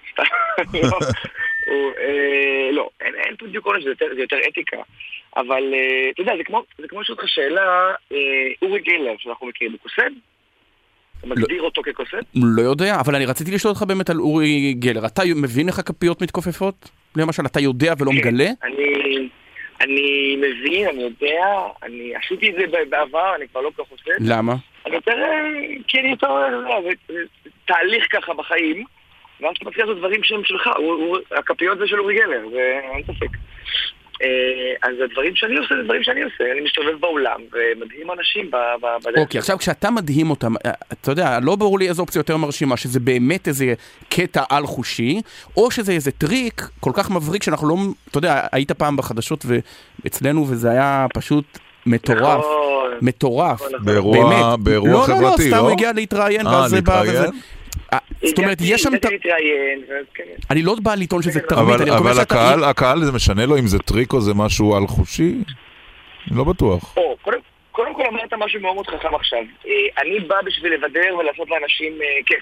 לא, אין פה בדיוק עונש, זה יותר אתיקה. אבל, אתה יודע, זה כמו שאותך שאלה, אורי גלר, שאנחנו מכירים, הוא קוסם? אתה מגדיר אותו כקוסם? לא יודע, אבל אני רציתי לשאול אותך באמת על אורי גלר. אתה מבין איך הכפיות מתכופפות? למשל, אתה יודע ולא מגלה? אני מבין, אני יודע, אני עשיתי את זה בעבר, אני כבר לא כך עושה. למה? כי אני יותר, זה תהליך ככה בחיים, ואז אתה מתחיל לעשות דברים שהם שלך, הכפיות זה של אורי גלר, ואין ספק. אז הדברים שאני עושה, זה דברים שאני עושה, אני מסתובב בעולם ומדהים אנשים בדרך. אוקיי, עכשיו כשאתה מדהים אותם, אתה יודע, לא ברור לי איזו אופציה יותר מרשימה, שזה באמת איזה קטע על חושי, או שזה איזה טריק כל כך מבריק שאנחנו לא, אתה יודע, היית פעם בחדשות ואצלנו וזה היה פשוט מטורף, מטורף, באירוע חברתי, לא, סתם הוא הגיע להתראיין, זאת אומרת, יש שם... אני לא בא לטעון שזה תרמית, אבל הקהל זה משנה לו אם זה טריק או זה משהו על חושי? אני לא בטוח. קודם כל אמרת משהו מאוד מאוד חכם עכשיו. אני בא בשביל לבדר ולעשות לאנשים כיף.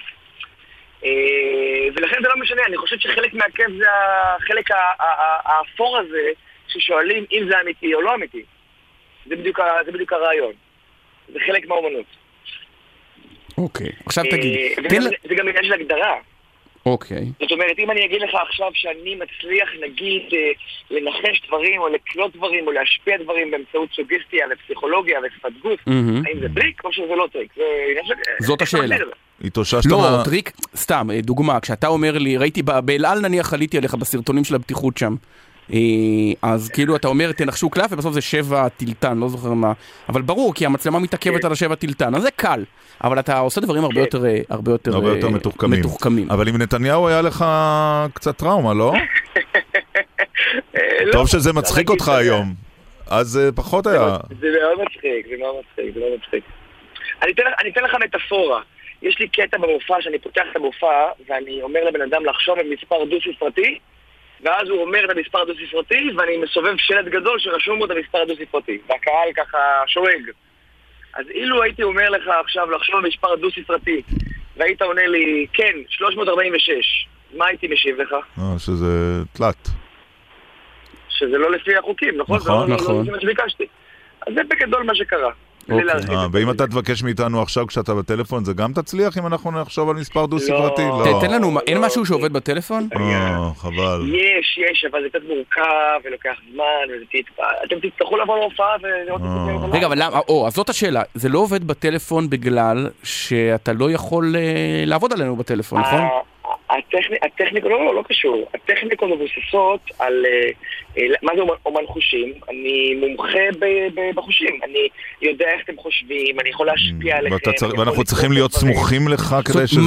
ולכן זה לא משנה, אני חושב שחלק מהכיף זה החלק האפור הזה, ששואלים אם זה אמיתי או לא אמיתי. זה בדיוק הרעיון. זה חלק מהאומנות. אוקיי, עכשיו תגיד. זה גם עניין של הגדרה. אוקיי. זאת אומרת, אם אני אגיד לך עכשיו שאני מצליח, נגיד, לנחש דברים, או לקלוט דברים, או להשפיע דברים באמצעות סוגסטיה ופסיכולוגיה ושפת גוף, האם זה טריק או שזה לא טריק? זאת השאלה. לא, טריק, סתם, דוגמה, כשאתה אומר לי, ראיתי, באלעל נניח עליתי עליך בסרטונים של הבטיחות שם, אז כאילו אתה אומר תנחשו קלף ובסוף זה 7 טילטן, לא זוכר מה, אבל ברור כי המצלמה מתעכבת על ה7 טילטן, אז זה קל, אבל אתה עושה דברים הרבה יותר מתוחכמים. אבל עם נתניהו היה לך קצת טראומה, לא? טוב שזה מצחיק אותך היום, אז פחות היה. זה מאוד מצחיק. אני אתן לך מטאפורה. יש לי קטע במופע שאני פותח את המופע ואני אומר לבן אדם לחשוב על מספר דו-ספרתי, ואז הוא אומר את המספר הדו-ספרתי, ואני מסובב שלט גדול שרשום בו את המספר הדו-ספרתי, והקהל ככה שואג. אז אילו הייתי אומר לך עכשיו לחשוב על מספר דו-ספרתי, והיית עונה לי, כן, 346, מה הייתי משיב לך? שזה תלת. שזה לא לפי החוקים, נכון? נכון. לא לפי מה שביקשתי. אז זה בגדול מה שקרה. ואם אתה תבקש מאיתנו עכשיו כשאתה בטלפון, זה גם תצליח אם אנחנו נחשוב על מספר דו-ספרתי? לא. תן לנו, אין משהו שעובד בטלפון? חבל. יש, אבל זה קצת מורכב ולוקח זמן, אתם תצטרכו לבוא להופעה רגע, אבל למה? אז זאת השאלה, זה לא עובד בטלפון בגלל שאתה לא יכול לעבוד עלינו בטלפון, נכון? הטכניקות, לא קשור. הטכניקות מבוססות על, מה זה אומן חושים? אני מומחה בחושים. אני יודע איך אתם חושבים, אני יכול להשפיע עליכם. ואנחנו צריכים להיות סמוכים לך כדי שזה...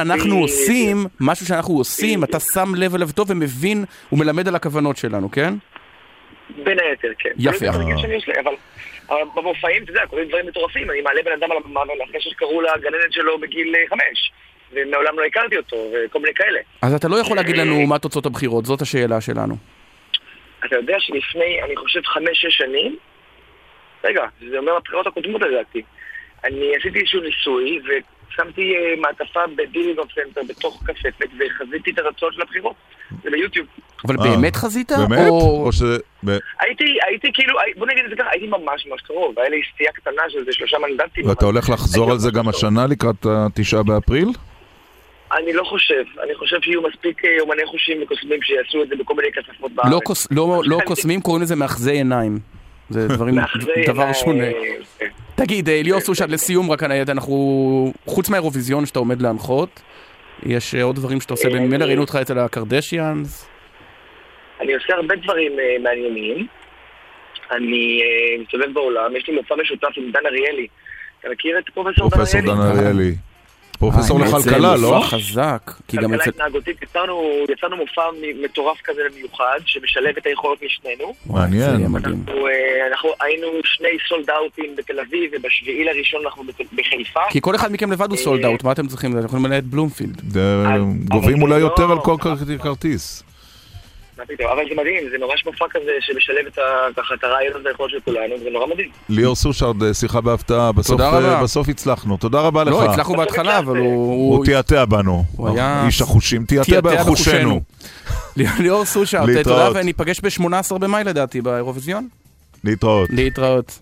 משהו שאנחנו עושים, אתה שם לב אליו טוב ומבין ומלמד על הכוונות שלנו, כן? בין היתר, כן. יפה. אבל במופעים, אתה יודע, קוראים דברים מטורפים. אני מעלה בן אדם על הבמה ואחרי שקראו לגננת שלו בגיל 5. ומעולם לא הכרתי אותו, וכל מיני כאלה. אז אתה לא יכול להגיד לנו מה תוצאות הבחירות, זאת השאלה שלנו. אתה יודע שלפני, אני חושב 5-6 שנים, רגע, זה אומר הבחירות הקודמות לדעתי, אני עשיתי איזשהו ניסוי, ושמתי מעטפה בדילינגוף סנטר בתוך קסטת, וחזיתי את התוצאות של הבחירות, זה ביוטיוב. אבל באמת חזית? באמת? או ש... הייתי כאילו, בוא נגיד את זה ככה, הייתי ממש קרוב, היה לי סטייה קטנה של זה 3 מנדטים. ואתה הולך לחזור על זה גם השנה לקראת 9 באפריל? אני לא חושב. אני חושב שיהיו מספיק אומני חושים וקוסמים שיעשו את זה בכל מיני כספות בארץ. לא קוסמים, קוראים לזה מאחזי עיניים. זה דבר שונה. תגיד, ליאור סושד, לסיום רק אנחנו, חוץ מהאירוויזיון שאתה עומד להנחות, יש עוד דברים שאתה עושה במילא, ראינו אותך אצל הקרדשיאנס. אני עושה הרבה דברים מעניינים. אני מסתובב בעולם, יש לי מופע משותף עם דן אריאלי. אתה מכיר את פרופסור דן אריאלי? פרופסור לכלכלה, לא? חזק. כלכלה התנהגותית, יצרנו מופע מטורף כזה מיוחד, שמשלב את היכולות משנינו. מעניין. אנחנו היינו 2 סולד אאוטים בתל אביב, ובשביעי לראשון אנחנו בחיפה. כי כל אחד מכם לבד הוא סולד אאוט, מה אתם צריכים? אתם יכולים למלא את בלומפילד. גובים אולי יותר על כל כרטיס. אבל זה מדהים, זה ממש מופע כזה שמשלב את הרעיון הזה היכולת של כולנו, זה נורא מדהים. ליאור סושרד, שיחה בהפתעה, בסוף הצלחנו, תודה רבה לך. לא, הצלחנו בהתחלה, אבל הוא תיעתע בנו, איש החושים, תיעתע בחושנו. ליאור סושרד, תודה וניפגש ב-18 במאי לדעתי באירוויזיון. להתראות.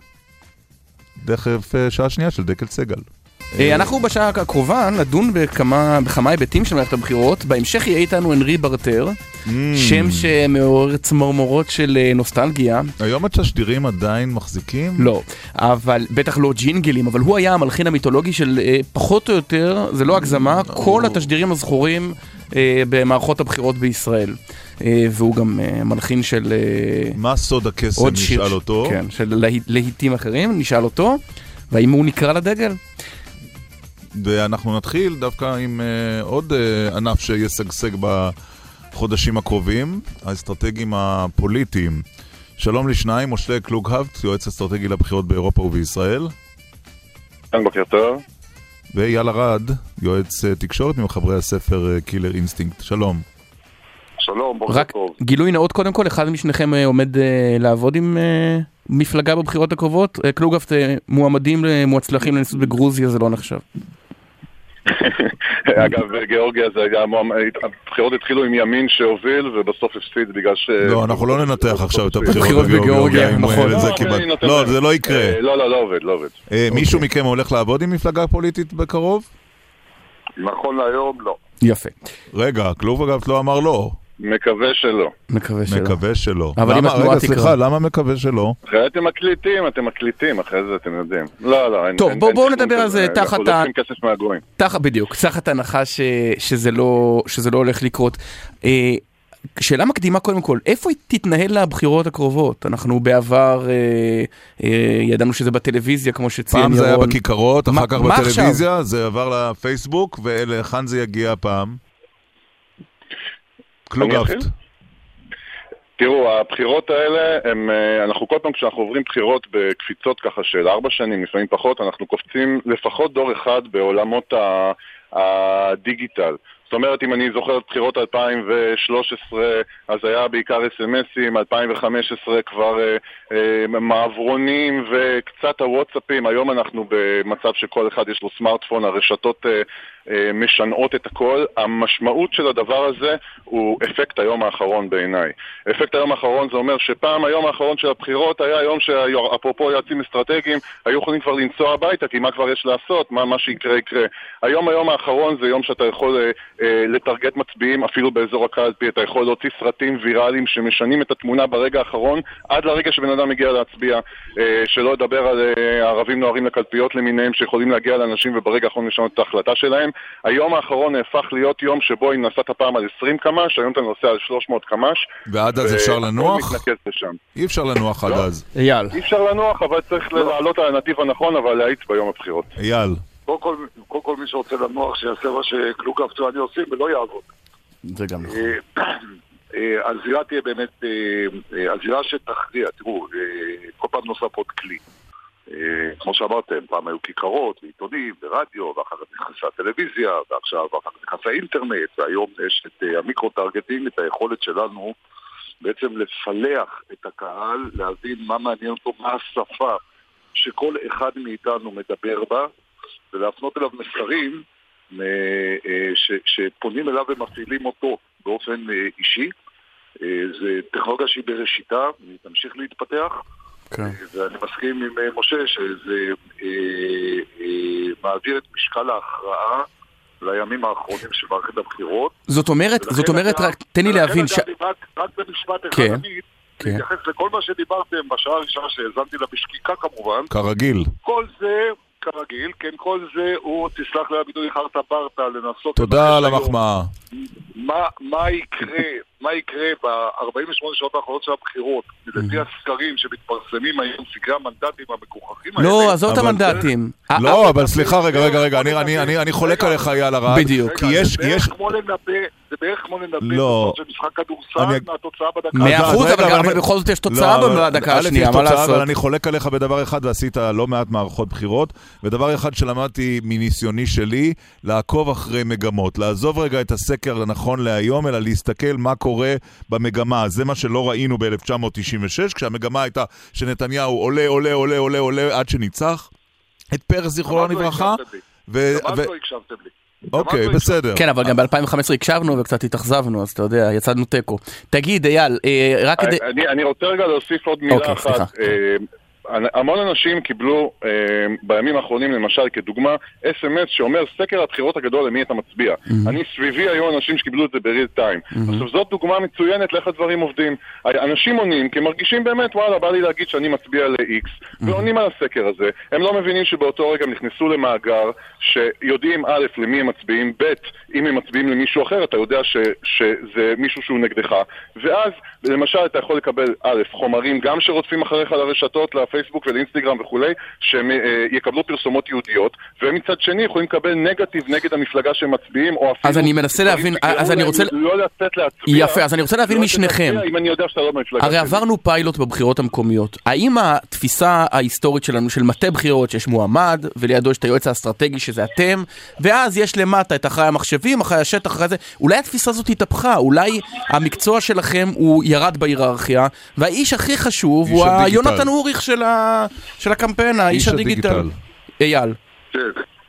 דרך שעה שנייה של דקל סגל. אנחנו בשעה הקרובה נדון בכמה היבטים של מערכת הבחירות. בהמשך יהיה איתנו הנרי ברטר, שם שמעורר צמרמורות של נוסטלגיה. היום התשדירים עדיין מחזיקים? לא, אבל בטח לא ג'ינגלים, אבל הוא היה המלחין המיתולוגי של פחות או יותר, זה לא הגזמה, כל התשדירים הזכורים במערכות הבחירות בישראל. והוא גם מלחין של... מה סוד הקסם נשאל אותו? כן, של להיטים אחרים, נשאל אותו, והאם הוא נקרא לדגל? ואנחנו נתחיל דווקא עם עוד ענף שיסגסג בחודשים הקרובים, האסטרטגיים הפוליטיים. שלום לשניים, משה קלוגהפט, יועץ אסטרטגי לבחירות באירופה ובישראל. בוקר טוב. ויאללה רד, יועץ תקשורת ממחברי הספר קילר אינסטינקט. שלום. שלום, בוקר רק טוב. גילוי נאות קודם כל, אחד משניכם עומד לעבוד עם מפלגה בבחירות הקרובות. קלוגהפט, מועמדים מוצלחים לניסות בגרוזיה, זה לא נחשב. אגב, בגיאורגיה זה היה, הבחירות התחילו עם ימין שהוביל ובסוף הפסיד בגלל ש... לא, אנחנו לא ננתח עכשיו את הבחירות בגיאורגיה. נכון. לא, זה לא יקרה. לא עובד. מישהו מכם הולך לעבוד עם מפלגה פוליטית בקרוב? נכון להיום, לא. יפה. רגע, קלוברגפט לא אמר לא. מקווה שלא. מקווה שלא. אבל אם התנועה תקרא. סליחה, למה מקווה שלא? אחרי אתם מקליטים, אחרי זה אתם יודעים. לא. טוב, בואו נדבר על זה תחת אנחנו לוקחים כסף מהגויים. בדיוק, תחת ההנחה שזה לא הולך לקרות. שאלה מקדימה קודם כל, איפה תתנהל הבחירות הקרובות? אנחנו בעבר ידענו שזה בטלוויזיה, כמו שציין ירון. פעם זה היה בכיכרות, אחר כך בטלוויזיה, זה עבר לפייסבוק, ולכאן זה יגיע הפעם. קלוגפט. תראו, הבחירות האלה, אנחנו כל פעם כשאנחנו עוברים בחירות בקפיצות ככה של 4 שנים, לפעמים פחות, אנחנו קופצים לפחות דור אחד בעולמות הדיגיטל. זאת אומרת, אם אני זוכר את בחירות 2013, אז היה בעיקר SMSים, 2015 כבר מעברונים וקצת הוואטסאפים. היום אנחנו במצב שכל אחד יש לו סמארטפון, הרשתות משנעות את הכל. המשמעות של הדבר הזה הוא אפקט היום האחרון בעיניי. אפקט היום האחרון זה אומר שפעם היום האחרון של הבחירות היה היום שאפרופו יועצים אסטרטגיים היו יכולים כבר לנסוע הביתה, כי מה כבר יש לעשות, מה שיקרה יקרה. היום האחרון זה יום שאתה יכול לטרגט מצביעים אפילו באזור הקלפי, אתה יכול להוציא סרטים ויראליים שמשנים את התמונה ברגע האחרון עד לרגע שבן אדם מגיע להצביע, שלא לדבר על ערבים נוערים לקלפיות למיניהם שיכולים להגיע לאנשים וברגע האחרון לשנות את ההחלטה שלהם. היום האחרון הפך להיות יום שבו אם נסעת פעם על 20 קמ"ש, היום אתה נוסע על 300 קמ"ש. ועד אז אפשר לנוח? אי אפשר לנוח עד אז. אייל. אי אפשר לנוח, אבל צריך לעלות על הנתיב הנכון, אבל להאיץ ביום הבחירות. אייל. קודם כל מי שרוצה לנוח שיעשה מה שקלוגפט ואני עושים ולא יעבוד. זה גם נכון. הזירה תהיה באמת, הזירה שתכריע, תראו, כל פעם נוסע פה עוד כלי. כמו שאמרתם, פעם היו כיכרות, ועיתונים, ורדיו, ואחר כך נכנסה הטלוויזיה, ועכשיו אחר כך נכנסה האינטרנט, והיום יש את המיקרו-טרגטינג, את היכולת שלנו בעצם לפלח את הקהל, להבין מה מעניין אותו, מה השפה שכל אחד מאיתנו מדבר בה, ולהפנות אליו מסרים שפונים אליו ומפעילים אותו באופן אישי. זה טכנולוגיה שהיא בראשיתה, היא תמשיך להתפתח. ואני מסכים עם משה שזה מעביר את משקל ההכרעה לימים האחרונים של מערכת הבחירות. זאת אומרת, רק תן לי להבין רק במשפט אחד אני להתייחס לכל מה שדיברתם בשעה הראשונה שהזנתי לה בשקיקה כמובן. כרגיל. כל זה כרגיל, כן, כל זה הוא תסלח לי הביטוי חרטה ברטה לנסות... תודה על המחמאה. מה יקרה ב-48 שעות האחרונות של הבחירות, לפי הסקרים שמתפרסמים היום, סקרי המנדטים המגוחכים האלה... לא, עזוב את המנדטים. לא, אבל סליחה, רגע, אני חולק עליך על הרעד. בדיוק. זה בערך כמו לנבא של משחק כדורסל מהתוצאה בדקה. 100%, אבל בכל זאת יש תוצאה בדקה השנייה, מה לעשות? אבל אני חולק עליך בדבר אחד, ועשית לא מעט מערכות בחירות, ודבר אחד שלמדתי מניסיוני שלי, לעקוב אחרי מגמות, לעזוב רגע את הסקר הנכון להיום, אלא להסתכל מה קורה במגמה. זה מה שלא ראינו ב-1996, כשהמגמה הייתה שנתניהו עולה עד שניצח. את פרס זכרונו לברכה. גם אז לא הקשבתם לי. אוקיי, בסדר. כן, אבל גם ב-2015 הקשבנו וקצת התאכזבנו, אז אתה יודע, יצאנו טקו. תגיד, אייל, רק כדי... אני רוצה רגע להוסיף עוד מילה אחת. המון אנשים קיבלו בימים האחרונים למשל כדוגמה SMS שאומר סקר הבחירות הגדול למי אתה מצביע. אני סביבי היו אנשים שקיבלו את זה בריל טיים. עכשיו זאת דוגמה מצוינת לאיך הדברים עובדים. אנשים עונים כי מרגישים באמת וואלה בא לי להגיד שאני מצביע ל-X ועונים על הסקר הזה. הם לא מבינים שבאותו רגע הם נכנסו למאגר שיודעים א' למי הם מצביעים, ב' אם הם מצביעים למישהו אחר אתה יודע שזה מישהו שהוא נגדך, ואז למשל אתה יכול לקבל א' חומרים גם שרודפים אחריך לרשתות פייסבוק ולאינסטגרם וכולי, שהם יקבלו פרסומות יהודיות, ומצד שני יכולים לקבל נגטיב נגד המפלגה שהם מצביעים, או אפילו... אז אני מנסה להבין, אז אני רוצה... לא לצאת להצביע. יפה, אז אני רוצה להבין משניכם. אם אני יודע שאתה לא במפלגה. הרי עברנו פיילוט בבחירות המקומיות. האם התפיסה ההיסטורית שלנו של מטה בחירות, שיש מועמד, ולידו יש את היועץ האסטרטגי שזה אתם, ואז יש למטה את אחראי המחשבים, אחראי השטח, אחראי זה. אולי התפיסה הזאת התהפכה, אולי המקצוע שלכם הוא ירד בהיררכיה, והאיש הכי חשוב הוא היונתן אוריך של הקמפיין, האיש הדיגיטל. אייל.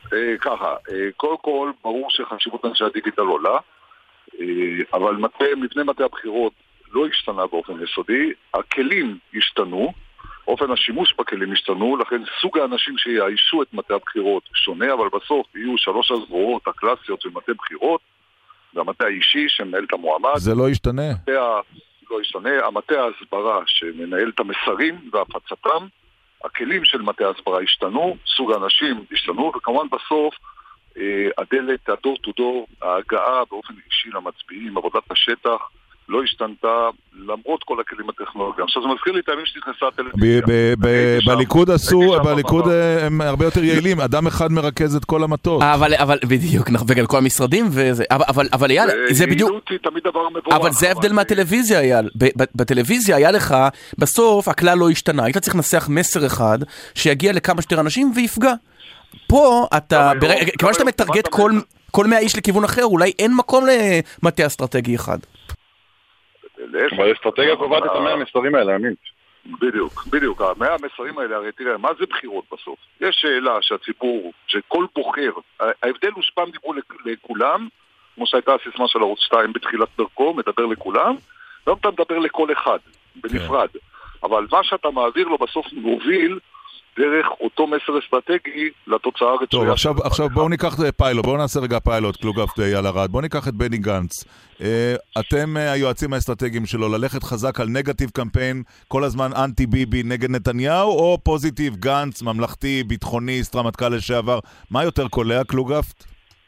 ככה, קודם כל ברור שחשיבות אנשי הדיגיטל עולה, אבל מבנה מטה הבחירות לא השתנה באופן יסודי, הכלים השתנו, אופן השימוש בכלים השתנו, לכן סוג האנשים שיאיישו את מטה הבחירות שונה, אבל בסוף יהיו 3 הזרועות הקלאסיות של מטה בחירות, זה המטה האישי שמנהל את המועמד. זה לא ישתנה. לא ישתנה, המטה ההסברה שמנהל את המסרים והפצתם, הכלים של מטה ההסברה השתנו, סוג האנשים השתנו, וכמובן בסוף הדלת, הדור טו דור, ההגעה באופן אישי למצביעים, עבודת השטח, לא השתנתה למרות כל הכלים הטכנולוגיים. עכשיו זה מזכיר לי את הימים שנכנסה הטלוויזיה. בליכוד בליכוד הם הרבה יותר יעילים, אדם אחד מרכז את כל המטות. אבל בדיוק, וגם כל המשרדים וזה, אבל אייל, זה בדיוק, אבל זה הבדל מהטלוויזיה אייל, בטלוויזיה היה לך, בסוף הכלל לא השתנה, היית צריך לנסח מסר אחד שיגיע לכמה שיותר אנשים ויפגע. פה אתה, כיוון שאתה מטרגט כל 100 איש לכיוון אחר, אולי אין מקום למטה אסטרטגי אחד. אבל אסטרטגיה קובעת את 100 המסרים האלה, עמית. בדיוק, 100 המסרים האלה, הרי תראה, מה זה בחירות בסוף? יש שאלה שהציבור, שכל בוחר, ההבדל הוא שפעם דיברו לכולם, כמו שהייתה הסיסמה של ערוץ 2 בתחילת דרכו, מדבר לכולם, והיום אתה מדבר לכל אחד, בנפרד. אבל מה שאתה מעביר לו בסוף מוביל דרך אותו מסר אסטרטגי לתוצאה הרצויה. טוב, עכשיו בואו ניקח פיילוט, בואו נעשה רגע פיילוט, קלוגהפט אייל ארד, בואו ניקח את בני גנץ. אתם היועצים האסטרטגיים שלו, ללכת חזק על נגטיב קמפיין, כל הזמן אנטי ביבי נגד נתניהו, או פוזיטיב גנץ, ממלכתי, ביטחוניסט, רמטכ"ל לשעבר, מה יותר קולע, קלוגהפט?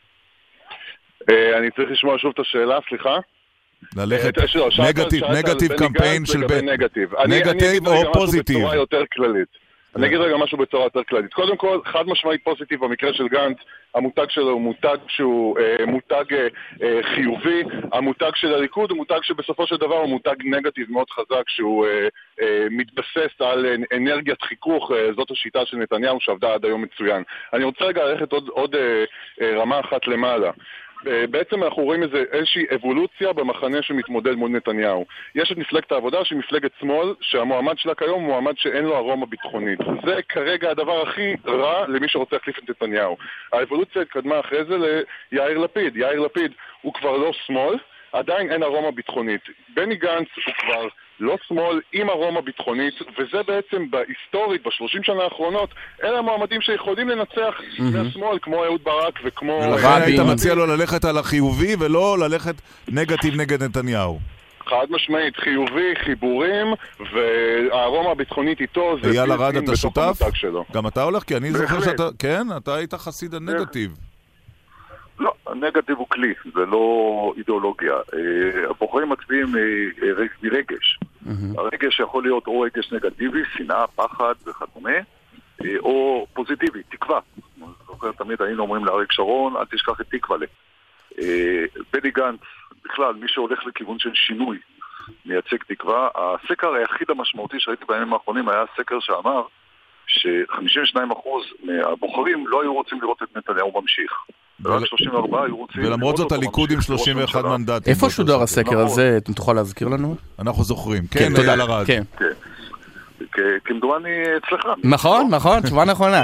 אני צריך לשמוע שוב את השאלה, סליחה. ללכת נגטיב קמפיין של נגטיב או פוזיטיב. אני אגיד רגע משהו בצורה יותר כללית. קודם כל, חד משמעית פוזיטיב במקרה של גנץ, המותג שלו הוא מותג שהוא מותג חיובי, המותג של הליכוד הוא מותג שבסופו של דבר הוא מותג נגטיב מאוד חזק, שהוא מתבסס על אנרגיית חיכוך, זאת השיטה של נתניהו שעבדה עד היום מצוין. אני רוצה רגע ללכת עוד רמה אחת למעלה. בעצם אנחנו רואים איזושהי אבולוציה במחנה שמתמודד מול נתניהו. יש את מפלגת העבודה שהיא מפלגת שמאל, שהמועמד שלה כיום הוא מועמד שאין לו ארומה ביטחונית. זה כרגע הדבר הכי רע למי שרוצה להחליף את נתניהו. האבולוציה התקדמה אחרי זה ליאיר לפיד. יאיר לפיד הוא כבר לא שמאל, עדיין אין ארומה ביטחונית. בני גנץ הוא כבר לא שמאל עם ארומה ביטחונית, וזה בעצם בהיסטורית, ב-30 שנה האחרונות, אלה המועמדים שיכולים לנצח מהשמאל, כמו אהוד ברק וכמו... ולכן היית מציע לו ללכת על החיובי, ולא ללכת נגטיב נגד נתניהו. חד משמעית, חיובי, חיבורים, והארומה הביטחונית איתו זה... אייל ארד, אתה שותף? גם אתה הולך? כי אני זוכר שאתה... כן, אתה היית חסיד הנגטיב. לא, הנגטיב הוא כלי, זה לא אידיאולוגיה. הבוחרים מצביעים מרגש. הרגש יכול להיות או רגש נגטיבי, שנאה, פחד וכדומה, או פוזיטיבי, תקווה. זוכר, תמיד היינו אומרים לאריק שרון, אל תשכח את תקווה. בני גנץ, בכלל, מי שהולך לכיוון של שינוי, מייצג תקווה. הסקר היחיד המשמעותי שראיתי בימים האחרונים היה סקר שאמר ש52% מהבוחרים לא היו רוצים לראות את נתניהו ממשיך. ורק 34 היו רוצים... ולמרות זאת הליכוד עם 31 מנדטים. איפה שודר הסקר הזה? אתם תוכל להזכיר לנו? אנחנו זוכרים. כן, אייל ארד. כן. כמדומני אצלך. נכון, תשובה נכונה.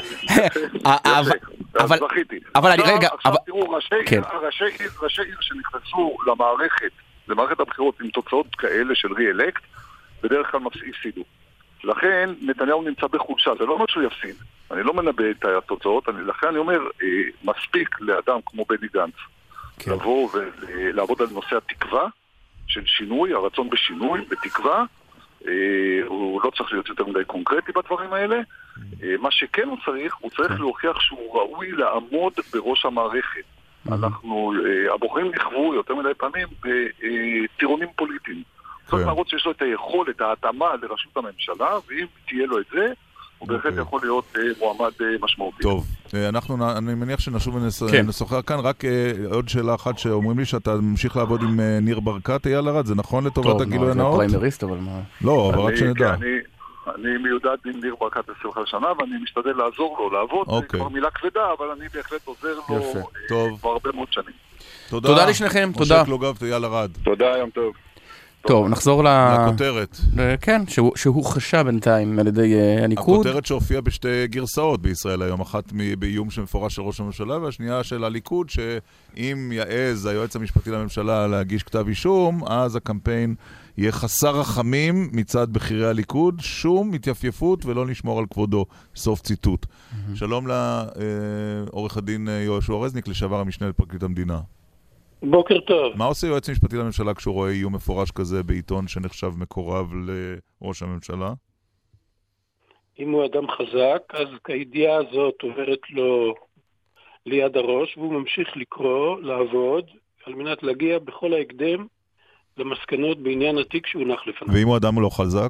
אבל אני רגע... עכשיו תראו, ראשי עיר שנכנסו למערכת הבחירות עם תוצאות כאלה של רי-אלקט, בדרך כלל הפסידו. לכן נתניהו נמצא בחולשה, זה לא אומר שהוא יפסיד. אני לא מנבא את התוצאות, לכן אני אומר, מספיק לאדם כמו בני גנץ לבוא ולעבוד על נושא התקווה של שינוי, הרצון בשינוי, בתקווה. הוא לא צריך להיות יותר מדי קונקרטי בדברים האלה. מה שכן הוא צריך להוכיח שהוא ראוי לעמוד בראש המערכת. הבוחרים נכוו יותר מדי פעמים בטירונים פוליטיים. צריך להראות שיש לו את היכולת, ההתאמה לרשות הממשלה, ואם תהיה לו את זה, הוא בהחלט יכול להיות מועמד משמעותי. טוב, אני מניח שנשוב ונשוחח כאן, רק עוד שאלה אחת שאומרים לי שאתה ממשיך לעבוד עם ניר ברקת, אייל ארד, זה נכון לטובת הגילוי הנאות? טוב, זה פריימריסט, אבל מה? לא, אבל רק שנדע. אני מיודד עם ניר ברקת 25 שנה, ואני משתדל לעזור לו לעבוד, זה כבר מילה כבדה, אבל אני בהחלט עוזר לו כבר הרבה מאוד שנים. תודה לשניכם, תודה. משה קלוגהפט, אייל ארד. תודה, יום טוב. טוב, נחזור לכותרת. כן, שהוא חשה בינתיים על ידי הליכוד. הכותרת שהופיעה בשתי גרסאות בישראל היום, אחת באיום שמפורש של ראש הממשלה, והשנייה של הליכוד, שאם יעז היועץ המשפטי לממשלה להגיש כתב אישום, אז הקמפיין יהיה חסר רחמים מצד בחירי הליכוד, שום התייפייפות ולא נשמור על כבודו. סוף ציטוט. שלום לעורך הדין יהושע רזניק, לשעבר המשנה לפרקליט המדינה. בוקר טוב. מה עושה יועץ משפטי לממשלה כשהוא רואה איום מפורש כזה בעיתון שנחשב מקורב לראש הממשלה? אם הוא אדם חזק, אז הידיעה הזאת עוברת לו ליד הראש, והוא ממשיך לקרוא, לעבוד, על מנת להגיע בכל ההקדם למסקנות בעניין התיק שהונח לפניו. ואם הוא אדם לא חזק?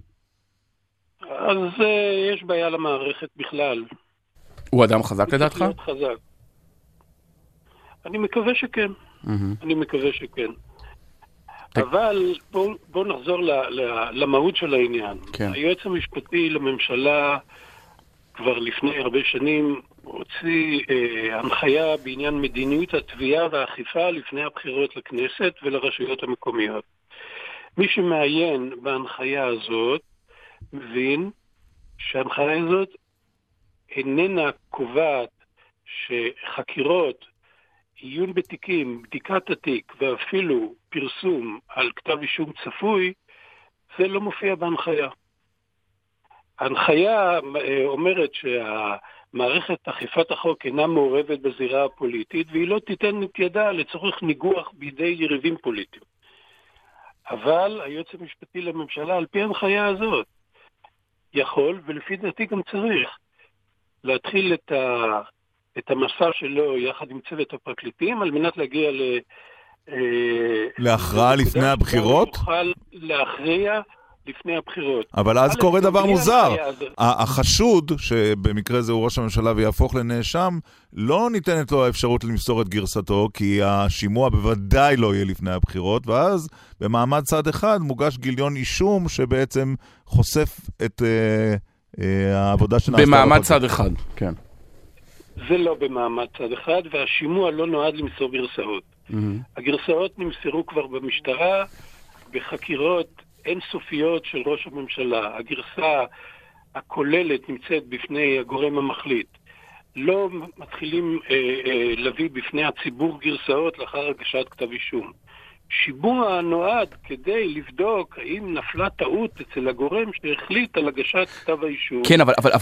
אז יש בעיה למערכת בכלל. הוא אדם חזק לדעתך? חזק. אני מקווה שכן. אני מקווה שכן. אבל בואו נחזור למהות של העניין. היועץ המשפטי לממשלה כבר לפני הרבה שנים הוציא הנחיה בעניין מדיניות התביעה והאכיפה לפני הבחירות לכנסת ולרשויות המקומיות. מי שמעיין בהנחיה הזאת מבין שההנחיה הזאת איננה קובעת שחקירות, עיון בתיקים, בדיקת התיק ואפילו פרסום על כתב אישום צפוי, זה לא מופיע בהנחיה. ההנחיה אומרת שהמערכת אכיפת החוק אינה מעורבת בזירה הפוליטית, והיא לא תיתן את ידה לצורך ניגוח בידי יריבים פוליטיים. אבל היועץ המשפטי לממשלה, על פי ההנחיה הזאת, יכול, ולפי דעתי גם צריך, להתחיל את המסע שלו יחד עם צוות הפרקליטים, על מנת להגיע להכרעה לפני הבחירות? יוכל להכריע לפני הבחירות. אבל אז קורה דבר מוזר. החשוד, שבמקרה זה הוא ראש הממשלה ויהפוך לנאשם, לא ניתנת לו האפשרות למסור את גרסתו, כי השימוע בוודאי לא יהיה לפני הבחירות, ואז במעמד צד אחד מוגש גיליון אישום שבעצם חושף את העבודה שנעשתה. במעמד צד אחד, כן. זה לא במעמד צד אחד, והשימוע לא נועד למסור גרסאות. הגרסאות נמסרו כבר במשטרה, בחקירות אינסופיות של ראש הממשלה. הגרסה הכוללת נמצאת בפני הגורם המחליט. לא מתחילים להביא בפני הציבור גרסאות לאחר הגשת כתב אישום. שימוע נועד כדי לבדוק האם נפלה טעות אצל הגורם שהחליט על הגשת כתב האישום. כן,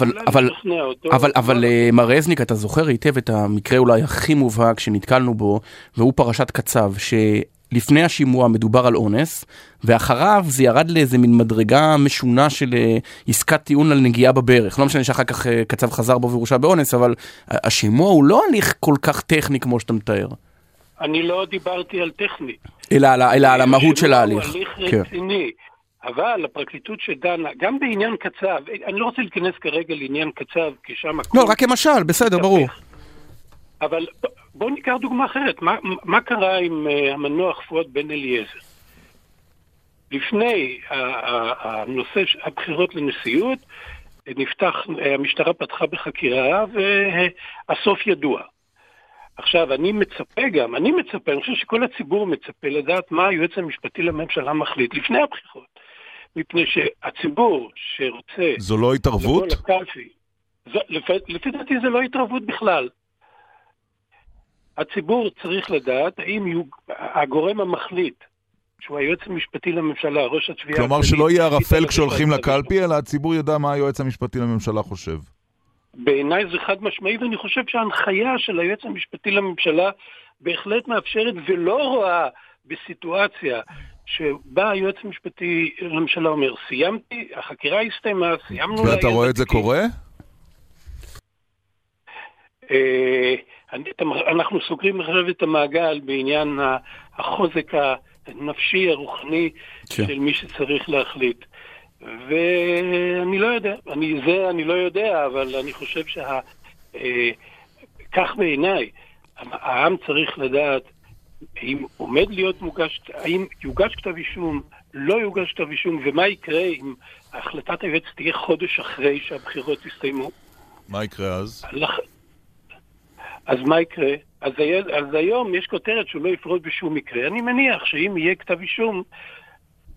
אבל מר רזניק, אתה זוכר היטב את המקרה אולי הכי מובהק שנתקלנו בו, והוא פרשת קצב, שלפני השימוע מדובר על אונס, ואחריו זה ירד לאיזה מין מדרגה משונה של עסקת טיעון על נגיעה בברך. לא משנה שאחר כך קצב חזר בו והורשע באונס, אבל השימוע הוא לא הליך כל כך טכני כמו שאתה מתאר. אני לא דיברתי על טכני. אלא על המהות של ההליך. הוא הליך רציני. אבל הפרקליטות שדנה, גם בעניין קצב, אני לא רוצה להיכנס כרגע לעניין קצב, כי שם... לא, רק כמשל, בסדר, ברור. אבל בואו ניקח דוגמה אחרת. מה קרה עם המנוח פואד בן אליעזר? לפני הנושא הבחירות לנשיאות, המשטרה פתחה בחקירה, והסוף ידוע. עכשיו, אני מצפה, אני חושב שכל הציבור מצפה לדעת מה היועץ המשפטי לממשלה מחליט לפני הבחירות. מפני שהציבור שרוצה... זו לא התערבות? לפי דעתי זה לא התערבות בכלל. הציבור צריך לדעת האם הגורם המחליט, שהוא היועץ המשפטי לממשלה, ראש התביעה... כלומר שלא יהיה ערפל כשהולכים לקלפי, אלא הציבור ידע מה היועץ המשפטי לממשלה חושב. בעיניי זה חד משמעי, ואני חושב שההנחיה של היועץ המשפטי לממשלה בהחלט מאפשרת ולא רואה בסיטואציה שבה היועץ המשפטי לממשלה אומר, סיימתי, החקירה הסתיימה, סיימנו... ואתה רואה את זה קורה? אנחנו סוגרים עכשיו את המעגל בעניין החוזק הנפשי, הרוחני של מי שצריך להחליט. ואני לא יודע, אני לא יודע, אבל אני חושב כך בעיניי, העם צריך לדעת האם עומד להיות מוגש, האם יוגש כתב אישום, לא יוגש כתב אישום, ומה יקרה אם החלטת היועץ תהיה חודש אחרי שהבחירות יסתיימו. מה יקרה אז? אז מה יקרה? אז היום יש כותרת שהוא לא יפרוט בשום מקרה. אני מניח שאם יהיה כתב אישום,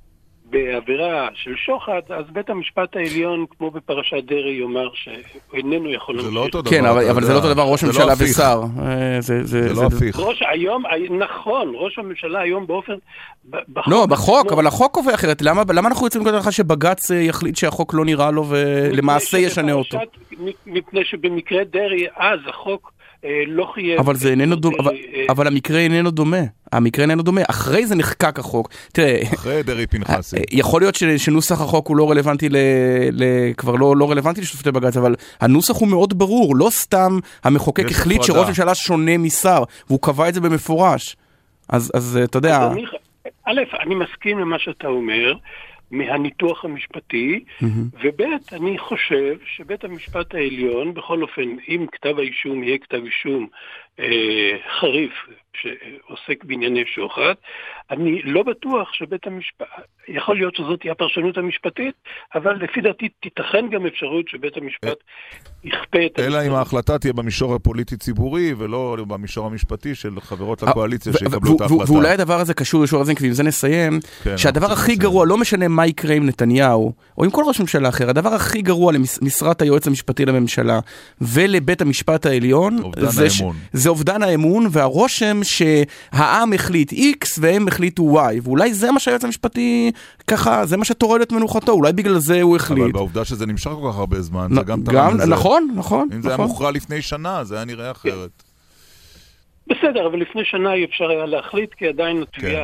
בעבירה של שוחד, אז בית המשפט העליון, כמו בפרשת דרעי, יאמר שאיננו יכול... זה לא אותו דבר. כן, אבל זה לא אותו דבר, ראש הממשלה ושר. זה לא הפיך. נכון, ראש הממשלה היום באופן... לא, בחוק, אבל החוק קובע אחרת. למה אנחנו יוצאים מנקודת הנחה שבג"ץ יחליט שהחוק לא נראה לו ולמעשה ישנה אותו? מפני שבמקרה דרעי, אז החוק לא חייב... אבל המקרה איננו דומה. אחרי זה נחקק החוק. תראה, אחרי דרעי פנחסי. יכול להיות שנוסח החוק הוא לא רלוונטי כבר לא רלוונטי לשופטי בג"ץ, אבל הנוסח הוא מאוד ברור. לא סתם המחוקק החליט שראש הממשלה שונה משר, והוא קבע את זה במפורש. אז אתה יודע... א', אני מסכים למה שאתה אומר, מהניתוח המשפטי, ובית, אני חושב שבית המשפט העליון, בכל אופן, אם כתב האישום יהיה כתב אישום חריף שעוסק בענייני שוחד, אני לא בטוח שבית המשפט, יכול להיות שזאת תהיה הפרשנות המשפטית, אבל לפי דעתי תיתכן גם אפשרות שבית המשפט יכפה את... אלא אם ההחלטה תהיה במישור הפוליטי-ציבורי, ולא במישור המשפטי של חברות הקואליציה שיקבלו את ההחלטה. ואולי הדבר הזה קשור לשור הזין, ועם זה נסיים, שהדבר הכי גרוע, לא משנה מה יקרה עם נתניהו, או עם כל ראש ממשלה אחר, הדבר הכי גרוע למשרת היועץ המשפטי לממשלה, ולבית המשפט העליון, זה אובדן האמון, והרושם שהעם החליט X והם החליטו Y, ואולי זה מה שהיועץ המשפטי ככה, זה מה שתורל את מנוחתו, אולי בגלל זה הוא החליט. אבל בעובדה שזה נמשך כל כך הרבה זמן, זה גם תרם לזה. נכון. אם זה היה מוכרע לפני שנה, זה היה נראה אחרת. בסדר, אבל לפני שנה אי אפשר היה להחליט, כי עדיין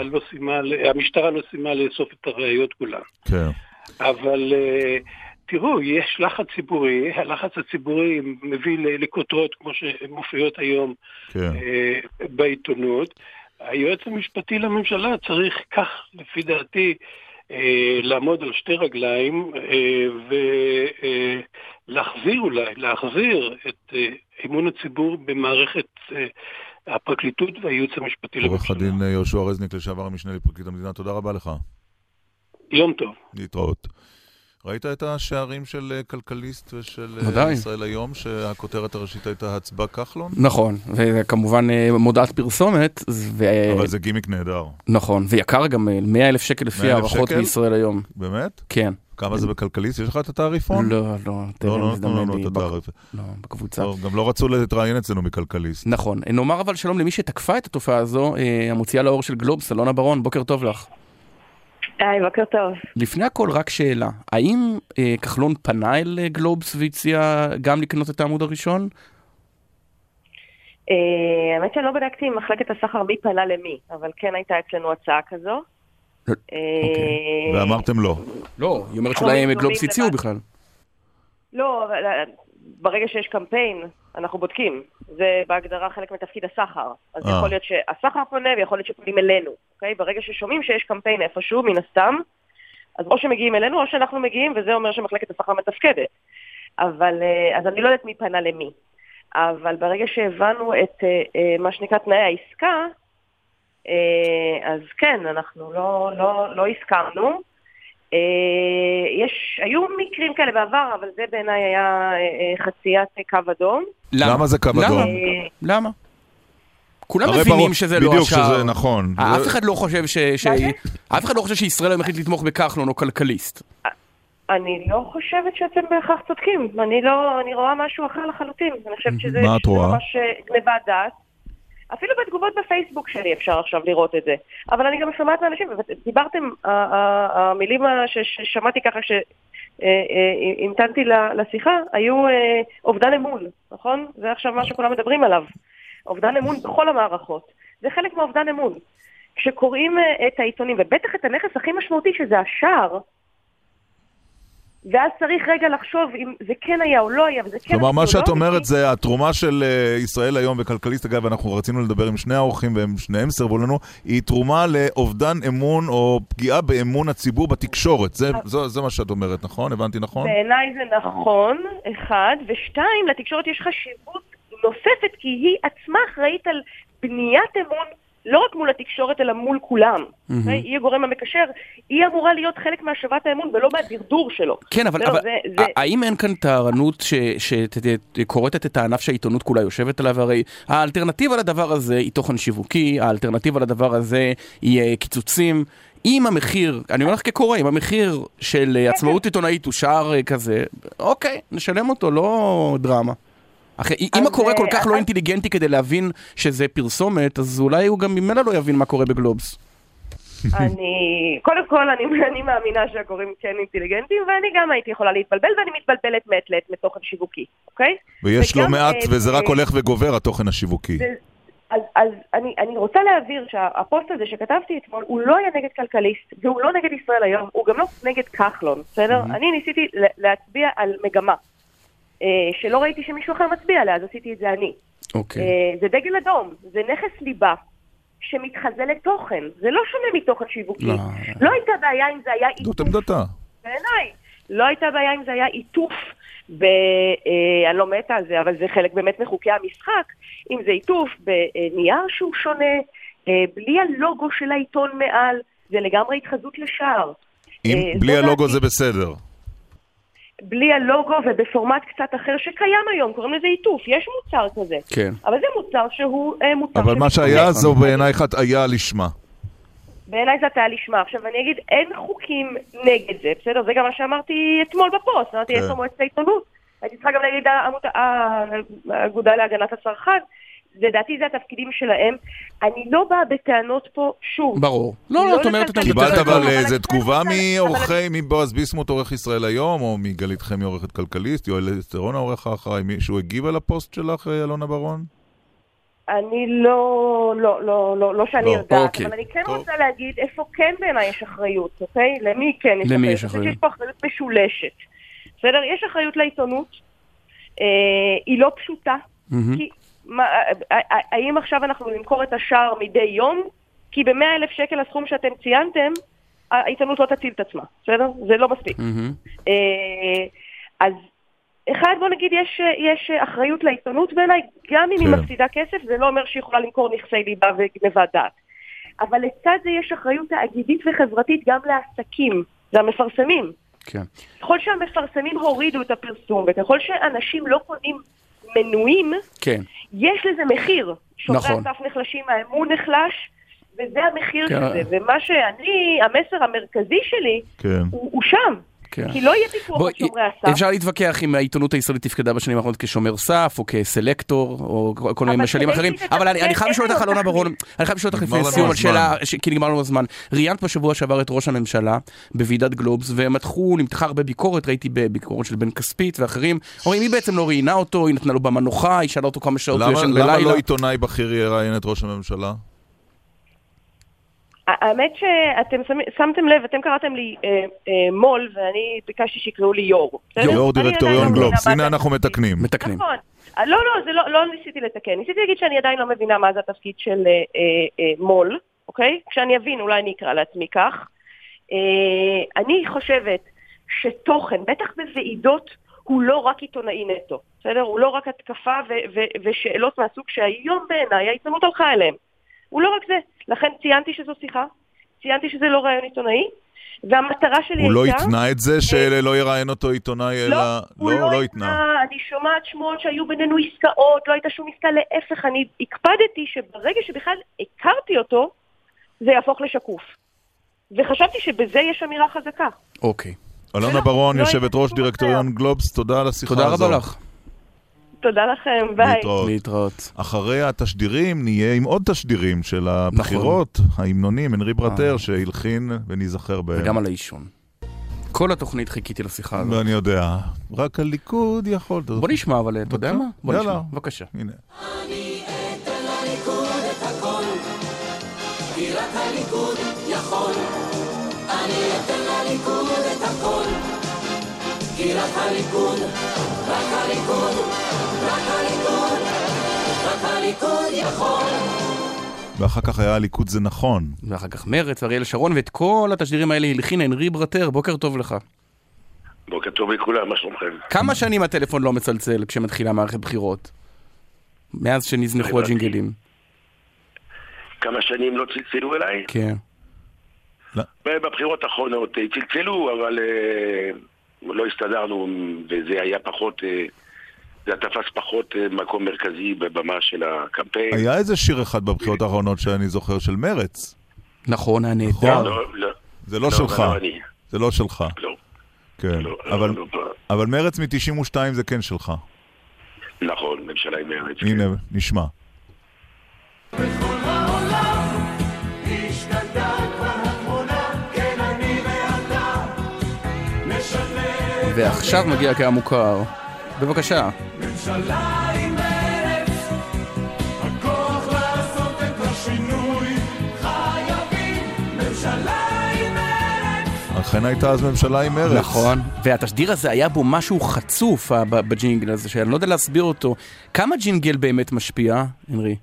המשטרה לא סיימה לאסוף את הראיות כולן. כן. אבל... תראו, יש לחץ ציבורי, הלחץ הציבורי מביא לכותרות כמו שמופיעות היום בעיתונות. היועץ המשפטי לממשלה צריך כך, לפי דעתי, לעמוד על שתי רגליים ולהחזיר את אמון הציבור במערכת הפרקליטות והייעוץ המשפטי לממשלה. עורך הדין יהושע רזניק, לשעבר המשנה לפרקליט המדינה, תודה רבה לך. יום טוב. להתראות. ראית את השערים של כלכליסט ושל ישראל היום, שהכותרת הראשית הייתה הצבעה כחלון? נכון, וכמובן מודעת פרסומת. אבל זה גימיק נהדר. נכון, ויקר גם 100,000 שקל לפי הערכות בישראל היום. באמת? כן. כמה זה בכלכליסט? יש לך את התעריפון? לא, לא, את התעריף. לא, בקבוצה. גם לא רצו להתראיין אצלנו מכלכליסט. נכון. נאמר אבל שלום למי שתקפה את התופעה הזו, המוציאה לאור של גלובס, אלונה ברון, בוקר טוב לך. היי, בוקר טוב. לפני הכל רק שאלה, האם כחלון פנה אל גלובס והציע גם לקנות את העמוד הראשון? האמת שאני לא בדקתי עם מחלקת הסחר מי פנה למי, אבל כן הייתה אצלנו הצעה כזו. ואמרתם לא. לא, היא אומרת שאולי גלובס הציעו בכלל. לא, ברגע שיש קמפיין, אנחנו בודקים. זה בהגדרה חלק מתפקיד הסחר. אז יכול להיות שהסחר פונה ויכול להיות שפונים אלינו. ברגע ששומעים שיש קמפיין איפשהו, מן הסתם, אז או שמגיעים אלינו או שאנחנו מגיעים, וזה אומר שמחלקת הסחר מתפקדת. אז אני לא יודעת מי פנה למי. אבל ברגע שהבנו את מה שנקרא תנאי העסקה, אז כן, אנחנו לא הסכמנו. היו מקרים כאלה בעבר, אבל זה בעיניי היה חציית קו אדום. למה זה קו אדום? למה? כולם מבינים שזה לא השאר. בדיוק שזה נכון. אף אחד לא חושב שישראל החליט לתמוך בכחלון או כלכליסט. אני לא חושבת שאתם בהכרח צודקים. אני רואה משהו אחר לחלוטין. אני חושבת שזה ממש גניבת דעת. אפילו בתגובות בפייסבוק שלי אפשר עכשיו לראות את זה. אבל אני גם שומעת מאנשים, ודיברתם, המילים ששמעתי ככה שהמתנתי לשיחה, היו אובדן אמון, נכון? זה עכשיו מה שכולם מדברים עליו. אובדן אמון בכל המערכות. זה חלק מהאובדן אמון. כשקוראים את העיתונים, ובטח את הנכס הכי משמעותי שזה השער, ואז צריך רגע לחשוב אם זה כן היה או לא היה, וזה כן... כלומר, מה שאת אומרת זה התרומה של ישראל היום וכלכליסט, אגב, אנחנו רצינו לדבר עם שני האורחים והם שניהם סרבו לנו, היא תרומה לאובדן אמון או פגיעה באמון הציבור בתקשורת. זה מה שאת אומרת, נכון? הבנתי נכון? בעיניי זה נכון, אחד, ושתיים, לתקשורת יש חשיבות נוספת, כי היא עצמה אחראית על בניית אמון לא רק מול התקשורת, אלא מול כולם. היא הגורם המקשר, היא אמורה להיות חלק מהשבת האמון, ולא מהדרדור שלו. כן, אבל האם אין כאן טענות שקורטת את הענף שהעיתונות כולה יושבת עליו? הרי האלטרנטיבה לדבר הזה היא תוכן שיווקי, האלטרנטיבה לדבר הזה היא קיצוצים. אם המחיר, אני אומר לך כקורא, אם המחיר של עצמאות עיתונאית הוא שער כזה, אוקיי, נשלם אותו, לא דרמה. אם הקורא כל כך לא אינטליגנטי כדי להבין שזה פרסומת, אז אולי הוא גם ממילא לא יבין מה קורה בגלובס. קודם כל, אני מאמינה שהקוראים כן אינטליגנטים, ואני גם הייתי יכולה להתבלבל, ואני מתבלבלת מעת לעת מתוכן שיווקי, אוקיי? ויש לא מעט, וזה רק הולך וגובר, התוכן השיווקי. אז אני רוצה להעביר שהפוסט הזה שכתבתי אתמול, הוא לא היה נגד כלכליסט, והוא לא נגד ישראל היום, הוא גם לא נגד כחלון, בסדר? אני ניסיתי להצביע על מגמה, שלא ראיתי שמישהו אחר מצביע עליה, אז עשיתי את זה אני. זה דגל אדום, זה נכס ליבה, שמתחזה לתוכן. זה לא שונה מתוכן שיווקי. לא הייתה בעיה אם זה היה עיתוף. זאת עמדתה. בעיניי. לא הייתה בעיה אם זה היה עיתוף, אני לא מתה על זה, אבל זה חלק באמת מחוקי המשחק, אם זה עיתוף בנייר שהוא שונה, בלי הלוגו של העיתון מעל, זה לגמרי התחזות לשער. בלי הלוגו זה בסדר. בלי הלוגו ובפורמט קצת אחר שקיים היום, קוראים לזה עיתוף, יש מוצר כזה. כן. אבל זה מוצר שהוא מוצר... אבל מה שהיה זו בעיניי היה לשמה. בעיניי זה היה לשמה. עכשיו אני אגיד, אין חוקים נגד זה, בסדר? זה גם מה שאמרתי אתמול בפוסט, אמרתי, יש לו מועצת העיתונות. הייתי צריכה גם להגיד, האגודה להגנת הצרכן, לדעתי זה התפקידים שלהם. אני לא באה בטענות פה שוב. ברור. לא, את אומרת... קיבלת אבל איזה תגובה מעורכי, מבועז ביסמוט עורך ישראל היום, או מגלית חמי עורכת כלכליסט, יואל אסטרון העורך האחראי, מישהו הגיב על הפוסט שלך, אלונה ברון? אני לא שאני יודעת, אבל אני כן רוצה להגיד איפה כן בעיניי יש אחריות, אוקיי? למי כן יש אחריות? יש פה אחריות משולשת. בסדר? יש אחריות לעיתונות, היא לא פשוטה, כי האם עכשיו אנחנו נמכור את השער מדי יום? כי ב100,000 שקל הסכום שאתם ציינתם, העיתונות לא תציל את עצמה, בסדר? זה לא מספיק. אז אחד, בוא נגיד, יש אחריות לעיתונות בעיניי, גם אם היא מפסידה כסף, זה לא אומר שהיא יכולה למכור נכסי ליבה וגנבת דעת. אבל לצד זה יש אחריות תאגידית וחברתית גם לעסקים, זה המפרסמים. ככל שהמפרסמים הורידו את הפרסום, וככל שאנשים לא קונים מנויים, יש לזה מחיר. שומרי הסף נחלשים, האמון נחלש, וזה המחיר של זה. ומה שאני, המסר המרכזי שלי, הוא שם. כי לא יהיה פיקוח על שומרי הסף. אפשר להתווכח אם העיתונות הישראלית תפקדה בשנים האחרונות כשומר סף, או כסלקטור, או כל מיני משלים אחרים. אבל אני חייב לשאול אותך, אלונה ברון, אני חייב לשאול אותך לפני סיום על שאלה, כי נגמר לנו הזמן. ראיינת בשבוע שעבר את ראש הממשלה בוועידת גלובס, נמתחה הרבה ביקורת, ראיתי בביקורת של בן כספית ואחרים. אומרים, היא בעצם לא ראיינה אותו, היא נתנה לו במנוחה, היא שאלה אותו כמה שעות הוא ישן בלילה. למה לא עיתונאי בכיר יראיין את ראש הממשלה? האמת שאתם שמתם לב, אתם קראתם לי מול, ואני ביקשתי שיקראו לי יור. יור דירקטוריון גלובס, הנה אנחנו מתקנים. נכון. לא ניסיתי לתקן. ניסיתי להגיד שאני עדיין לא מבינה מה זה התפקיד של מול, אוקיי? כשאני אבין, אולי אני אקרא לעצמי כך. אני חושבת שתוכן, בטח בוועידות, הוא לא רק עיתונאי נטו. בסדר? הוא לא רק התקפה ושאלות מהסוג שהיום בעיניי העיתונות הלכה אליהם. הוא לא רק זה. לכן ציינתי שזו שיחה, ציינתי שזה לא רעיון עיתונאי, והמטרה שלי הוא לא התנה את זה שלא יראיין אותו עיתונאי, אלא... הוא לא התנה, אני שומעת שמועות שהיו בינינו עסקאות, לא הייתה שום עסקה, להפך, אני הקפדתי שברגע שבכלל הכרתי אותו, זה יהפוך לשקוף. וחשבתי שבזה יש אמירה חזקה. אוקיי. אלונה ברון, יושבת ראש דירקטוריון גלובס, תודה על השיחה הזאת. תודה רבה לך. תודה לכם, ביי. להתראות. אחרי התשדירים נהיה עם עוד תשדירים של הבחירות, ההמנונים, הנרי ברטר שהלחין ונזכר בהם. וגם על האישון. כל התוכנית חיכיתי לשיחה הזאת. ואני יודע, רק הליכוד יכול. בוא נשמע, אבל אתה יודע מה? בוא נשמע, בבקשה. הנה. אני אתן לליכוד את הכל, כי רק הליכוד יכול. אני אתן לליכוד את הכל, כי רק הליכוד, רק הליכוד, רק הליכוד, רק הליכוד יכול. ואחר כך היה הליכוד זה נכון. ואחר כך מרץ, אריאל שרון, ואת כל התשדירים האלה הלחין הנרי ברטר. בוקר טוב לך. בוקר טוב לכולם, מה שלומכם? כמה שנים הטלפון לא מצלצל כשמתחילה מערכת בחירות? מאז שנזנחו הג'ינגלים. כמה שנים לא צלצלו אליי? כן. בבחירות האחרונות צלצלו, אבל לא הסתדרנו, וזה היה פחות... זה תפס פחות מקום מרכזי בבמה של הקמפיין. היה איזה שיר אחד בבחירות האחרונות שאני זוכר של מרץ. נכון, הנהדר. זה לא שלך. זה לא שלך. לא. כן. אבל מרץ מ-92 זה כן שלך. נכון, ממשלה עם מרץ. הנה, נשמע. בכל העולם השתנתה כבר התמונה, כן אני ואתה נשנה. ועכשיו מגיע קהל מוכר. בבקשה. ממשלה עם מרץ, הכוח לעשות את השינוי, חייבים ממשלה עם מרץ. אכן הייתה אז ממשלה עם מרץ. נכון, והתשדיר הזה היה בו משהו חצוף בג'ינגל הזה, שאני לא יודע להסביר אותו. כמה ג'ינגל באמת משפיע, הנרי?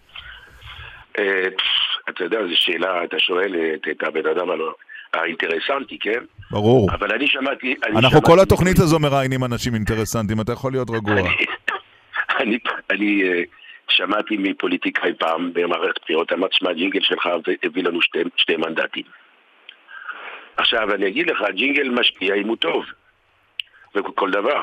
אתה יודע, זו שאלה, אתה שואל את הבן אדם האינטרסנטי, כן? ברור. אבל אני שמעתי... אנחנו כל התוכנית הזו מראיינים אנשים אינטרסנטים, אתה יכול להיות רגוע. אני שמעתי מפוליטיקאי פעם במערכת בחירות, אמרת שמה הג'ינגל שלך הביא לנו שתי מנדטים. עכשיו אני אגיד לך, הג'ינגל משפיע אם הוא טוב, וכל דבר.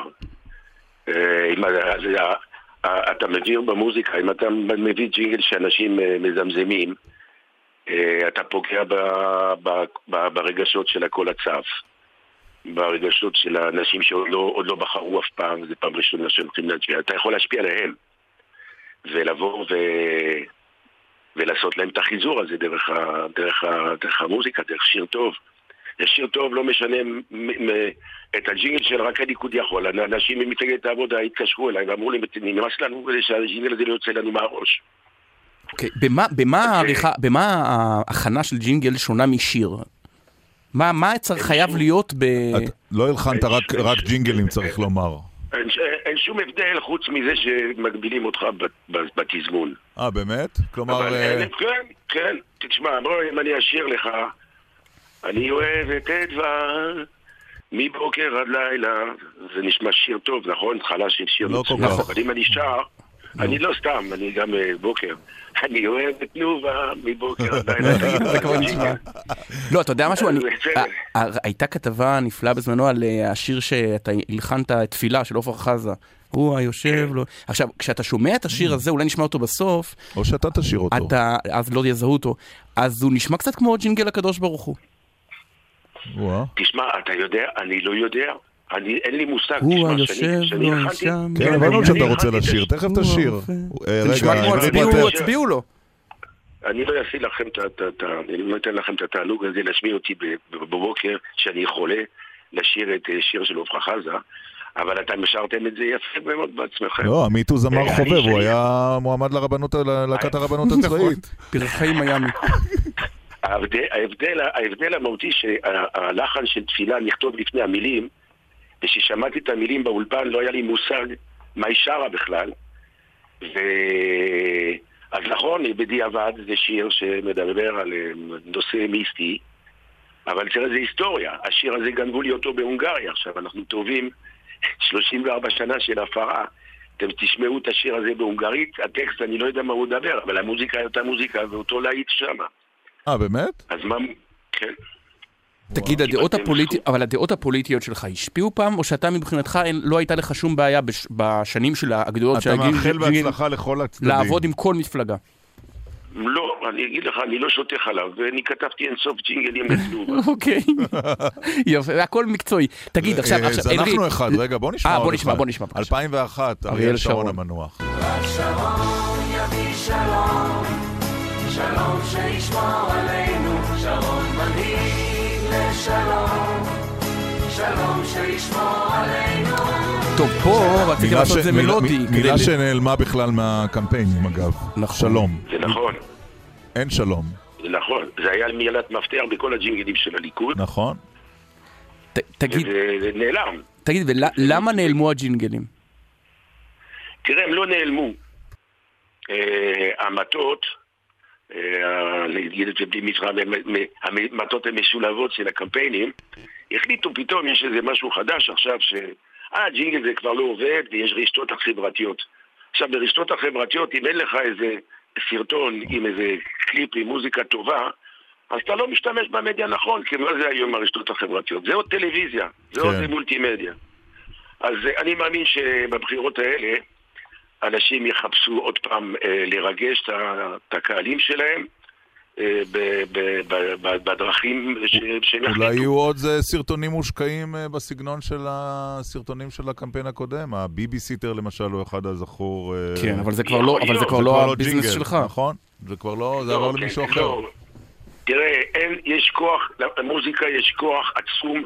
אתה מביא במוזיקה, אם אתה מביא ג'ינגל שאנשים מזמזמים, אתה פוגע ברגשות של הכל הצף, ברגשות של האנשים שעוד לא בחרו אף פעם, זה פעם ראשונה שהולכים להצביע. אתה יכול להשפיע עליהם, ולבוא ולעשות להם את החיזור הזה דרך המוזיקה, דרך שיר טוב. שיר טוב לא משנה את הג'ינגל של רק הליכוד יכול. אנשים ממפלגת העבודה התקשרו אליי ואמרו לי, נמאס לנו שהג'ינגל הזה לא יוצא לנו מהראש. אוקיי, במה ההכנה של ג'ינגל שונה משיר? מה חייב להיות לא הלחנת רק ג'ינגלים, צריך לומר. אין שום הבדל חוץ מזה שמגבילים אותך בתזמון. באמת? כלומר... כן, תשמע, בואי, אם אני אשיר לך, אני אוהב את דבר מבוקר עד לילה, זה נשמע שיר טוב, נכון? התחלה של שיר מצוין. אבל אם אני שר, אני לא סתם, אני גם בוקר. אני אוהב את תנובה מבוקר עד לילה. זה כבר נשמע. לא, אתה יודע משהו? הייתה כתבה נפלאה בזמנו על השיר שאתה הלחנת תפילה של עופר חזה. הוא היושב לו. עכשיו, כשאתה שומע את השיר הזה, אולי נשמע אותו בסוף. או שאתה תשאיר אותו. אז לא יזהו אותו. אז הוא נשמע קצת כמו ג'ינגל הקדוש ברוך הוא. תשמע, אתה יודע, אני לא יודע. אין לי מושג. הוא היושב לו שם. כן, הבנו שאתה רוצה לשיר. תכף תשיר. נשמע כמו הצביעו לו. אני לא אעשה לכם אני לא אתן לכם את התענוג הזה להשמיע אותי בבוקר שאני חולה לשיר את שיר של עופר חזה. אבל אתם משרתם את זה יפה מאוד בעצמכם. לא, עמית הוא זמר חובב, הוא היה מועמד ללהקת הרבנות הצבאית. פרחי מיאמי. ההבדל המהותי שהלחן של תפילה נכתוב לפני המילים, וששמעתי את המילים באולפן לא היה לי מושג מה היא שרה בכלל. אז נכון, בדיעבד זה שיר שמדבר על נושא מיסטי, אבל תראה, זה היסטוריה. השיר הזה גנבו לי אותו בהונגריה. עכשיו אנחנו טובים 34 שנה של הפרה. אתם תשמעו את השיר הזה בהונגרית, הטקסט אני לא יודע מה הוא מדבר, אבל המוזיקה היא אותה מוזיקה ואותו להיט שמה. באמת? אז מה? כן. תגיד, אבל הדעות הפוליטיות שלך השפיעו פעם, או שאתה מבחינתך לא הייתה לך שום בעיה בשנים של הגדולות אתה מאחל בהצלחה לכל הצדדים. לעבוד עם כל מפלגה? לא, אני אגיד לך, אני לא שותה חלב, ואני כתבתי אינסוף ג'ינגלים לתנובה. אוקיי. יופי, הכל מקצועי. תגיד, עכשיו... אנחנו אחד, רגע, בוא נשמע. בוא נשמע. 2001, אריאל שרון המנוח. רק שרון יביא שלום, שלום שישמור עלינו, שרון מנהיג לשלום, שלום שישמור עלינו. טוב, פה רציתי לעשות זה מלודי. מילה שנעלמה בכלל מהקמפיינים, אגב. שלום. זה נכון. אין שלום. זה נכון. זה היה מילת מפתח בכל הג'ינגלים של הליכוד. נכון. תגיד. זה נעלם. תגיד, ולמה נעלמו הג'ינגלים? תראה, הם לא נעלמו. המטות, נגיד את זה בלי מצרה, המטות המשולבות של הקמפיינים, החליטו פתאום, יש איזה משהו חדש עכשיו ג'ינגל זה כבר לא עובד ויש רשתות החברתיות. עכשיו ברשתות החברתיות אם אין לך איזה סרטון עם איזה קליפ עם מוזיקה טובה, אז אתה לא משתמש במדיה נכון, כי מה זה היום הרשתות החברתיות? זה עוד טלוויזיה, זה עוד מולטימדיה. אז אני מאמין שבבחירות האלה אנשים יחפשו עוד פעם לרגש את הקהלים שלהם, בדרכים שהם יחליטו. אולי יהיו עוד סרטונים מושקעים בסגנון של הסרטונים של הקמפיין הקודם. הביביסיטר למשל הוא אחד הזכור. כן, אבל זה כבר לא הביזנס שלך. נכון, זה כבר לא, זה עבר למישהו אחר. תראה, יש כוח, למוזיקה יש כוח עצום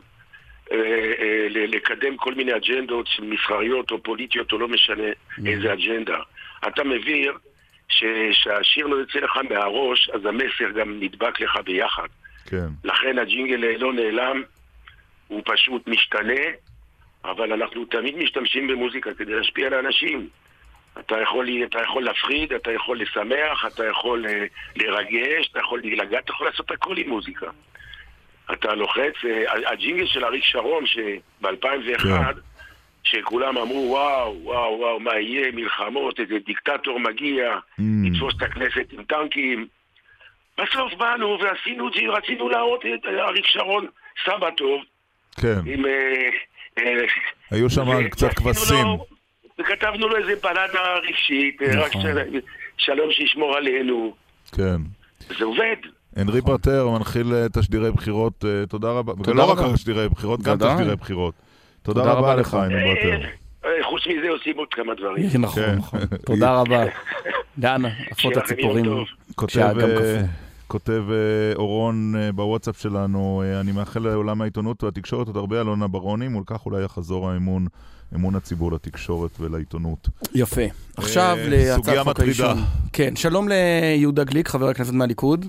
לקדם כל מיני אג'נדות מסחריות או פוליטיות או לא משנה איזה אג'נדה. אתה מביא שהשיר לא יוצא לך מהראש, אז המסר גם נדבק לך ביחד. כן. לכן הג'ינגל לא נעלם, הוא פשוט משתנה, אבל אנחנו תמיד משתמשים במוזיקה כדי להשפיע על האנשים. אתה יכול להפחיד, אתה יכול לשמח, אתה יכול לרגש, אתה יכול להירגע, אתה יכול לעשות הכל עם מוזיקה. אתה לוחץ, הג'ינגל של אריק שרון שב-2001, שכולם אמרו וואו, מה יהיה, מלחמות, איזה דיקטטור מגיע, לתפוס את הכנסת עם טנקים. בסוף באנו ועשינו את זה, רצינו להראות את אריק שרון סבא טוב. כן. היו שם קצת כבשים. וכתבנו לו איזה בלדה רגשית, רק שלום שישמור עלינו. כן. זה עובד. הנרי פרטר מנחיל תשדירי בחירות, תודה רבה. לא רק תשדירי בחירות, גם תשדירי בחירות. תודה רבה לך, הנרי פרטר. חוץ מזה עושים עוד כמה דברים. נכון. תודה רבה. דן, עפות הציפורים. כותב אורון בוואטסאפ שלנו, אני מאחל לעולם העיתונות והתקשורת עוד הרבה אלונה ברוני, מול כך אולי יחזור אמון הציבור לתקשורת ולעיתונות. יפה. עכשיו להצעת חוק האישון. כן, שלום ליהודה גליק, חבר הכנסת מהליכוד.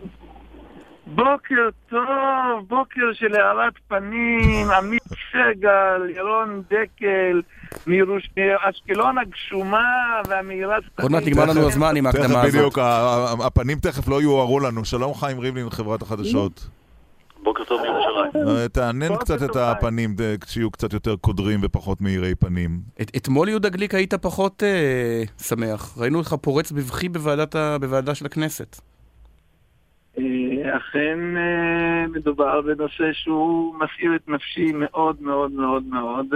בוקר טוב, בוקר של הערת פנים, עמית סגל, ירון דקל, מאשקלון הגשומה והמהירה... עוד מעט נגמר לנו הזמן עם ההקדמה הזאת. בדיוק, הפנים תכף לא יוארו לנו. שלום חיים ריבלין, חברת החדשות. בוקר טוב מירושלים. תענן קצת את הפנים, כשיהיו קצת יותר קודרים ופחות מהירי פנים. אתמול יהודה גליק היית פחות שמח. ראינו לך פורץ בבכי בוועדה של הכנסת. אכן מדובר בנושא שהוא מסעיר את נפשי מאוד מאוד מאוד מאוד,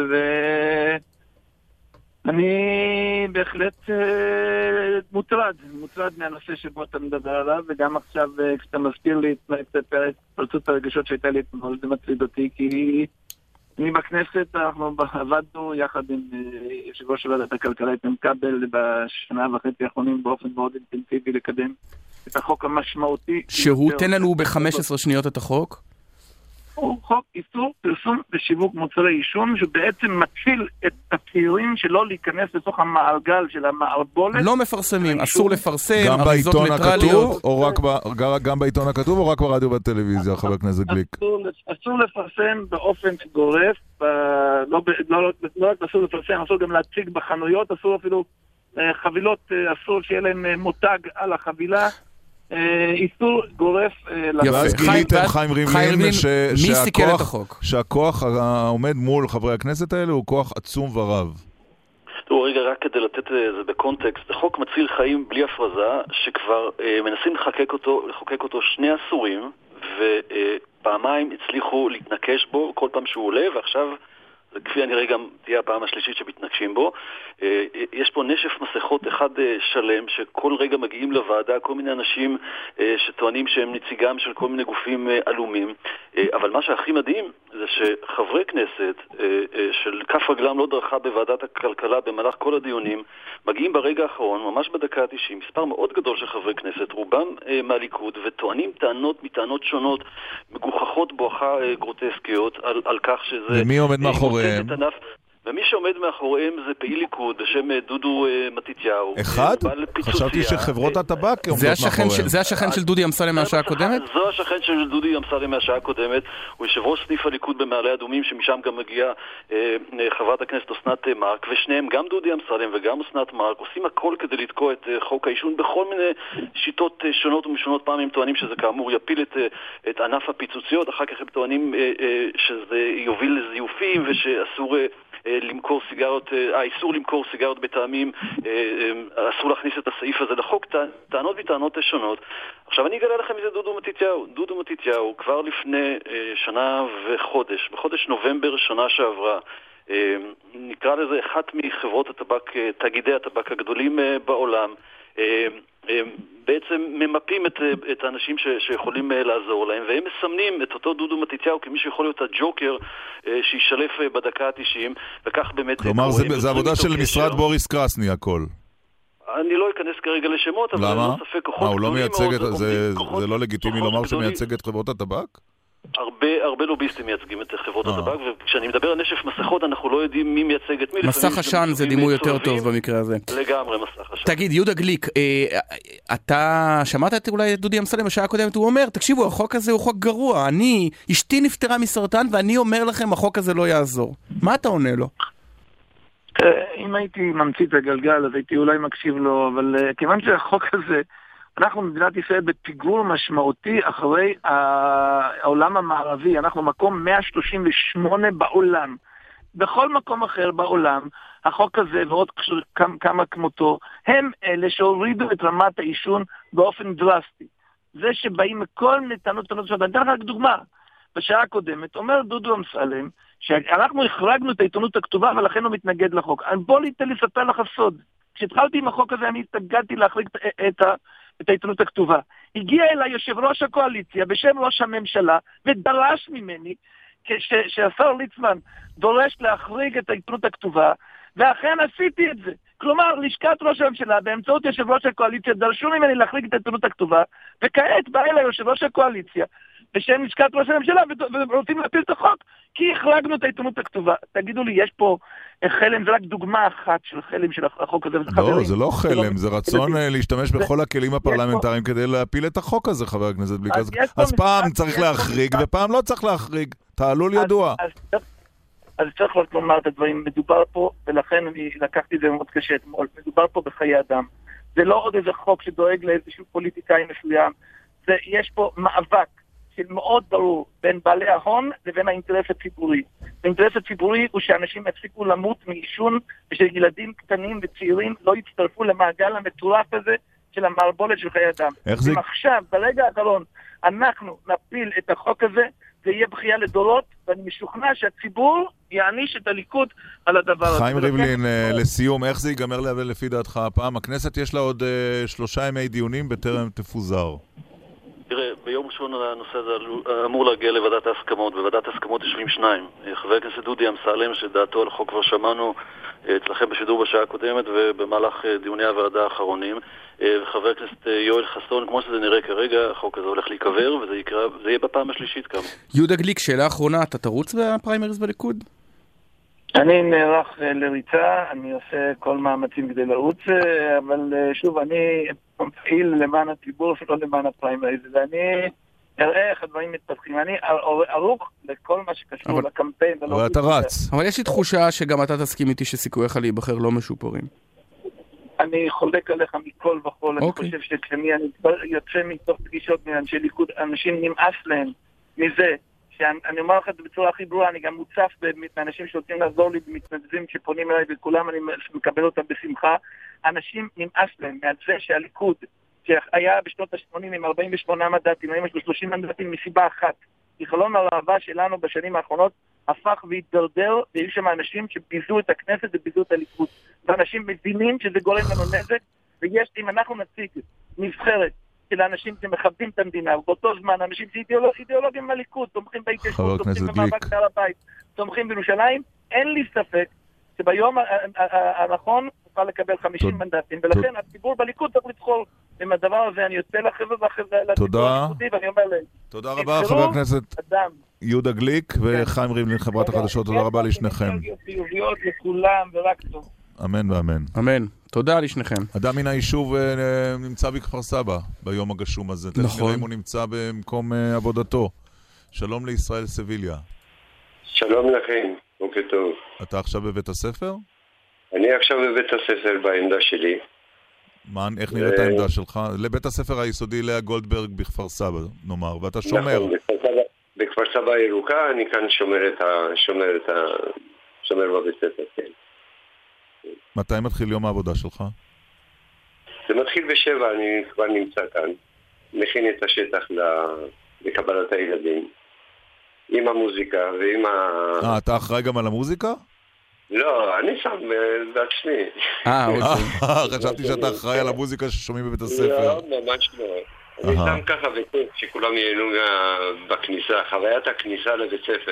ואני בהחלט מוטרד מהנושא שבו אתה מדבר עליו, וגם עכשיו כשאתה מזכיר לי את פרצות הרגשות שהייתה לי אתמול, זה מטריד אותי, כי אני בכנסת, אנחנו עבדנו יחד עם יושב ראש ועדת הכלכלה איתן כבל בשנה וחצי האחרונים באופן מאוד אינטנסיבי לקדם את החוק המשמעותי. שהוא תן לנו ב-15 שניות את החוק? הוא חוק איסור פרסום ושיווק מוצרי עישון, שבעצם מציל את הצעירים שלא להיכנס לתוך המעגל של המערבולת. לא מפרסמים, אסור לפרסם, גם בעיתון הכתוב, גם בעיתון הכתוב או רק ברדיו ובטלוויזיה, חבר הכנסת גליק? אסור לפרסם באופן גורף, לא רק אסור לפרסם, אסור גם להציג בחנויות, אסור אפילו חבילות, אסור שיהיה להם מותג על החבילה. איסור גורף. ואז גיליתם חיים ריבלין שהכוח העומד מול חברי הכנסת האלה הוא כוח עצום ורב. תראו רגע, רק כדי לתת זה בקונטקסט, זה חוק מציל חיים בלי הפרזה שכבר מנסים לחוקק אותו 2 עשורים ופעמיים הצליחו להתנקש בו כל פעם שהוא עולה, ועכשיו זה כפי הנראה גם תהיה הפעם השלישית שמתנגשים בו. יש פה נשף מסכות אחד שלם שכל רגע מגיעים לוועדה כל מיני אנשים שטוענים שהם נציגם של כל מיני גופים עלומים, אבל מה שהכי מדהים זה שחברי כנסת של כף רגלם לא דרכה בוועדת הכלכלה במהלך כל הדיונים מגיעים ברגע האחרון, ממש בדקה ה-90, מספר מאוד גדול של חברי כנסת, רובם מהליכוד, וטוענים טענות מטענות שונות, מגוחכות בואכה גרוטסקיות על כך שזה... ומי עומד מאחוריהם? ומי שעומד מאחוריהם זה פעיל ליכוד בשם דודו מתתיהו. אחד? חשבתי שחברות הטבק עומדות מאחוריהם. זה השכן של דודי אמסלם מהשעה הקודמת? זו השכן של דודי אמסלם מהשעה הקודמת. הוא יושב ראש סניף הליכוד במעלה אדומים, שמשם גם מגיעה חברת הכנסת אסנת מארק, ושניהם, גם דודי אמסלם וגם אסנת מארק, עושים הכל כדי לתקוע את חוק העישון בכל מיני שיטות שונות ומשונות. פעם הם טוענים שזה כאמור יפיל את ענף הפיצוציות, אחר כך הם טוענים שזה יוביל לזיופים ושאסור למכור סיגרות, האיסור למכור סיגרות בטעמים, אסור להכניס את הסעיף הזה לחוק, טענות וטענות שונות. עכשיו אני אגלה לכם מזה דודו מתתיהו. דודו מתתיהו כבר לפני שנה וחודש, בחודש נובמבר שנה שעברה, נקרא לזה אחת מחברות הטבק, תאגידי הטבק הגדולים בעולם, בעצם ממפים את האנשים שיכולים לעזור להם, והם מסמנים את אותו דודו מתתיהו כמי שיכול להיות הג'וקר שישלף בדקה ה-90, וכך באמת... כלומר, זה עבודה של משרד בוריס קרסני הכל. אני לא אכנס כרגע לשמות, אבל לא ספק כוחות הוא לא מייצג את זה, זה לא לגיטימי לומר שמייצג את חברות הטבק? הרבה לוביסטים מייצגים את חברות הטבק, וכשאני מדבר על נשף מסכות, אנחנו לא יודעים מי מייצג את מי. מסך עשן זה דימוי יותר טוב במקרה הזה. לגמרי מסך עשן. תגיד, יהודה גליק, אתה שמעת אולי את דודי אמסלם בשעה הקודמת, הוא אומר, תקשיבו, החוק הזה הוא חוק גרוע, אשתי נפטרה מסרטן, ואני אומר לכם, החוק הזה לא יעזור. מה אתה עונה לו? אם הייתי ממציא את הגלגל, אז הייתי אולי מקשיב לו, אבל כיוון שהחוק הזה, אנחנו במדינת ישראל בפיגור משמעותי אחרי העולם המערבי, אנחנו מקום 138 בעולם. בכל מקום אחר בעולם, החוק הזה ועוד כמה כמותו, הם אלה שהורידו את רמת העישון באופן דרסטי. זה שבאים מכל נתנות, אני אתן לך רק דוגמה. בשעה הקודמת אומר דודו אמסלם, שאנחנו החרגנו את העיתונות הכתובה ולכן הוא מתנגד לחוק. בוא לספר לך סוד. כשהתחלתי עם החוק הזה אני התנגדתי להחריג את העיתונות הכתובה. הגיע אליי יושב ראש הקואליציה בשם ראש הממשלה ודרש ממני שהשר ליצמן דורש להחריג את העיתונות הכתובה, ואכן עשיתי את זה. כלומר, לשכת ראש הממשלה באמצעות יושב ראש הקואליציה דרשו ממני להחריג את העיתונות הכתובה, וכעת בא אליי יושב ראש הקואליציה בשם לשכת ראש הממשלה ורוצים להפיל את החוק כי החרגנו את העיתונות הכתובה. תגידו לי, יש פה חלם, זה רק דוגמה אחת של חלם של החוק הזה. לא, זה לא חלם, זה רצון להשתמש בכל הכלים הפרלמנטריים כדי להפיל את החוק הזה, חבר הכנסת בליק. אז פעם צריך להחריג ופעם לא צריך להחריג. תעלול ידוע. אז צריך לומר את הדברים, מדובר פה, ולכן אני לקחתי את זה מאוד קשה אתמול, מדובר פה בחיי אדם. זה לא עוד איזה חוק שדואג לאיזשהו פוליטיקאי מסוים, יש פה מאבק של מאוד ברור בין בעלי ההון לבין האינטרס הציבורי. האינטרס הציבורי הוא שאנשים יפסיקו למות מעישון, ושילדים קטנים וצעירים לא יצטרפו למעגל המטורף הזה של המערבולת של חיי אדם. אם עכשיו, ברגע האחרון, אנחנו נפיל את החוק הזה, זה יהיה בכייה לדורות, ואני משוכנע שהציבור יעניש את הליכוד על הדבר הזה. חיים ריבלין, לסיום, איך זה ייגמר לפי דעתך הפעם? הכנסת יש לה עוד 3 ימי דיונים בטרם תפוזר. תראה, ביום ראשון הנושא הזה אמור להגיע לוועדת ההסכמות, בוועדת ההסכמות יושבים 2. חבר הכנסת דודי אמסלם, שדעתו על החוק כבר שמענו אצלכם בשידור בשעה הקודמת ובמהלך דיוני הוועדה האחרונים, וחבר הכנסת יואל חסון, כמו שזה נראה כרגע, החוק הזה הולך להיקבר, וזה יהיה בפעם השלישית כמה. יהודה גליק, שאלה אחרונה, אתה תרוץ בפריימריז בליכוד? אני נערך לריצה, אני עושה כל מאמצים כדי לרוץ, אבל שוב, אני מפעיל למען הציבור שלא למען הפריימריז, ואני אראה איך הדברים מתפתחים. אני ערוך לכל מה שקשור לקמפיין. אבל אתה רץ. אבל יש לי תחושה שגם אתה תסכים איתי שסיכוייך להיבחר לא משופרים. אני חולק עליך מכל וכל, אני חושב שכשאני יוצא מתוך פגישות מאנשי ליכוד, אנשים נמאס להם מזה. אני אומר לך את זה בצורה הכי ברורה, אני גם מוצף באנשים שרוצים לעזור לי במתנדבים שפונים אליי וכולם אני מקבל אותם בשמחה. אנשים נמאס להם מהזה שהליכוד שהיה בשנות ה-80 עם 48 מנדטים, היום יש לו 30 מנדטים מסיבה אחת. חלון הראווה שלנו בשנים האחרונות הפך והתדרדר, ויש שם אנשים שביזו את הכנסת וביזו את הליכוד. ואנשים מבינים שזה גורם לנו נזק, ויש, אם אנחנו נציג נבחרת של האנשים שמכבדים את המדינה, ובאותו זמן אנשים שאידיאולוגים מהליכוד, תומכים בהתיישבות, תומכים במאבק על הבית, תומכים בירושלים, אין לי ספק שביום הנכון נוכל לקבל 50 מנדטים, ולכן הציבור בליכוד צריך לבחור עם הדבר הזה. אני יוצא לחבר'ה לציבור הליכודי, ואני אומר להם, תודה רבה חבר הכנסת יהודה גליק וחיים ריבלין, חברת החדשות, תודה רבה לשניכם. חיוביות לכולם ורק טוב. אמן ואמן. אמן. תודה לשניכם. אדם מן היישוב נמצא בכפר סבא ביום הגשום הזה. נכון. אם הוא נמצא במקום עבודתו. שלום לישראל סביליה. שלום לכם, בוקר טוב. אתה עכשיו בבית הספר? אני עכשיו בבית הספר בעמדה שלי. איך נראית העמדה שלך? לבית הספר היסודי לאה גולדברג בכפר סבא, נאמר, ואתה שומר. נכון, בכפר סבא הירוקה, אני כאן שומר בבית ספר, כן. מתי מתחיל יום העבודה שלך? זה מתחיל ב7, אני כבר נמצא כאן. מכין את השטח לקבלת הילדים. עם המוזיקה ועם אתה אחראי גם על המוזיקה? לא, אני שם בעצמי. חשבתי שאתה אחראי על המוזיקה ששומעים בבית הספר. לא, ממש לא. אני שם ככה וכיף שכולם ייהנו בכניסה, חוויית הכניסה לבית ספר.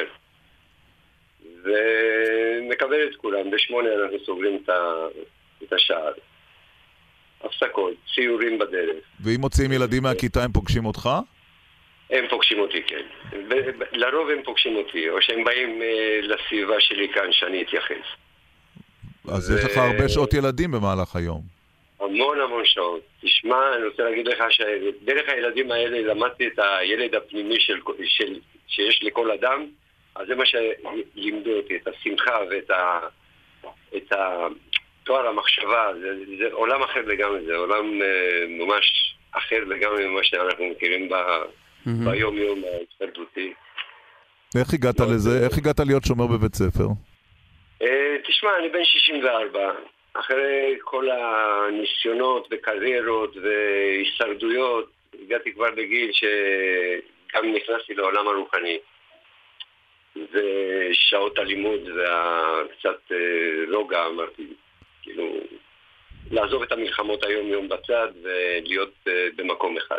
ומקבל את כולם, ב8 אנחנו סוגרים את השער. הפסקות, ציורים בדרך. ואם מוצאים ילדים מהכיתה הם פוגשים אותך? הם פוגשים אותי, כן. לרוב הם פוגשים אותי, או שהם באים לסביבה שלי כאן שאני אתייחס. אז יש לך הרבה שעות ילדים במהלך היום. המון שעות. תשמע, אני רוצה להגיד לך שדרך הילדים האלה למדתי את הילד הפנימי שיש לכל אדם, אז זה מה שלימדו אותי, את השמחה ואת תואר המחשבה. זה עולם אחר לגמרי, זה עולם ממש אחר לגמרי ממה שאנחנו מכירים ביום-יום ההתפרדותי. איך הגעת לזה? איך הגעת להיות שומר בבית ספר? תשמע, אני בן 64. אחרי כל הניסיונות וקריירות והישרדויות, הגעתי כבר לגיל שגם נכנסתי לעולם הרוחני. ושעות הלימוד וקצת רוגע, אמרתי, כאילו, לעזוב את המלחמות היום-יום בצד ולהיות במקום אחד.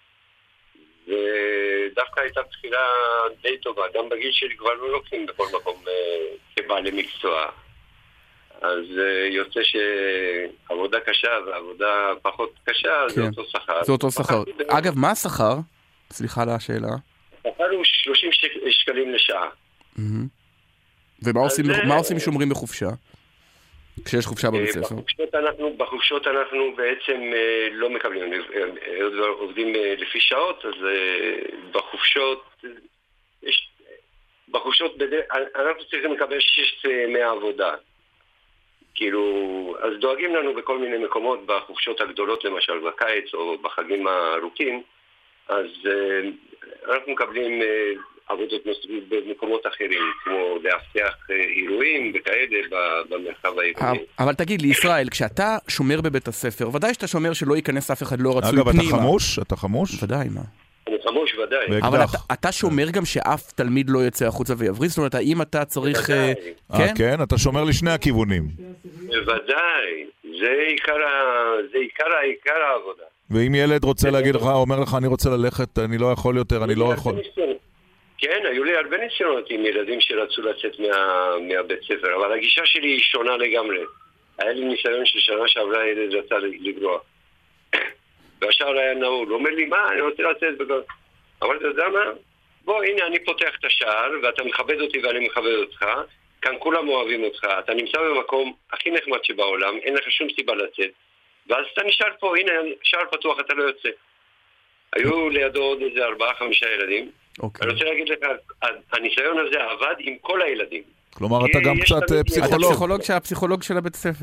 ודווקא הייתה בחירה די טובה, גם בגיל שלי כבר לא לוקחים בכל מקום כבעלי מקצוע. אז יוצא שעבודה קשה ועבודה פחות קשה, זה אותו שכר. זה אותו שכר. אגב, מה השכר? סליחה על השאלה. השכר הוא 30 שקלים לשעה. ומה עושים שומרים בחופשה? כשיש חופשה בבית ספר? בחופשות אנחנו בעצם לא מקבלים, עובדים לפי שעות, אז בחופשות אנחנו צריכים לקבל 16 ימי עבודה. כאילו, אז דואגים לנו בכל מיני מקומות, בחופשות הגדולות למשל, בקיץ או בחגים הארוכים, אז אנחנו מקבלים עבודות נוספות במקומות אחרים, כמו להבטיח אירועים וכאלה במרחב העירוני. אבל תגיד לי, ישראל, כשאתה שומר בבית הספר, ודאי שאתה שומר שלא ייכנס אף אחד לא רצוי פנימה. אגב, אתה חמוש? אתה חמוש? ודאי, מה? אני חמוש, ודאי. אבל אתה שומר גם שאף תלמיד לא יצא החוצה ויבריז? זאת אומרת, האם אתה צריך... כן, אתה שומר לשני הכיוונים. בוודאי, זה עיקר העבודה. ואם ילד רוצה להגיד לך, אומר לך, אני רוצה ללכת, אני לא יכול יותר, אני לא יכול. כן, היו לי הרבה ניסיונות עם ילדים שרצו לצאת מהבית ספר, אבל הגישה שלי היא שונה לגמרי. היה לי ניסיון של שנה שעברה ילד רצה לברוח. והשער היה נעול. הוא אומר לי, מה, אני רוצה לצאת בגלל... אמרתי, אתה יודע מה? בוא, הנה, אני פותח את השער, ואתה מכבד אותי ואני מכבד אותך. כאן כולם אוהבים אותך. אתה נמצא במקום הכי נחמד שבעולם, אין לך שום סיבה לצאת. ואז אתה נשאר פה, הנה, שער פתוח, אתה לא יוצא. היו לידו עוד איזה 4-5 ילדים. אני רוצה להגיד לך, הניסיון הזה עבד עם כל הילדים. כלומר, אתה גם קצת פסיכולוג. אתה הפסיכולוג של הבית ספר.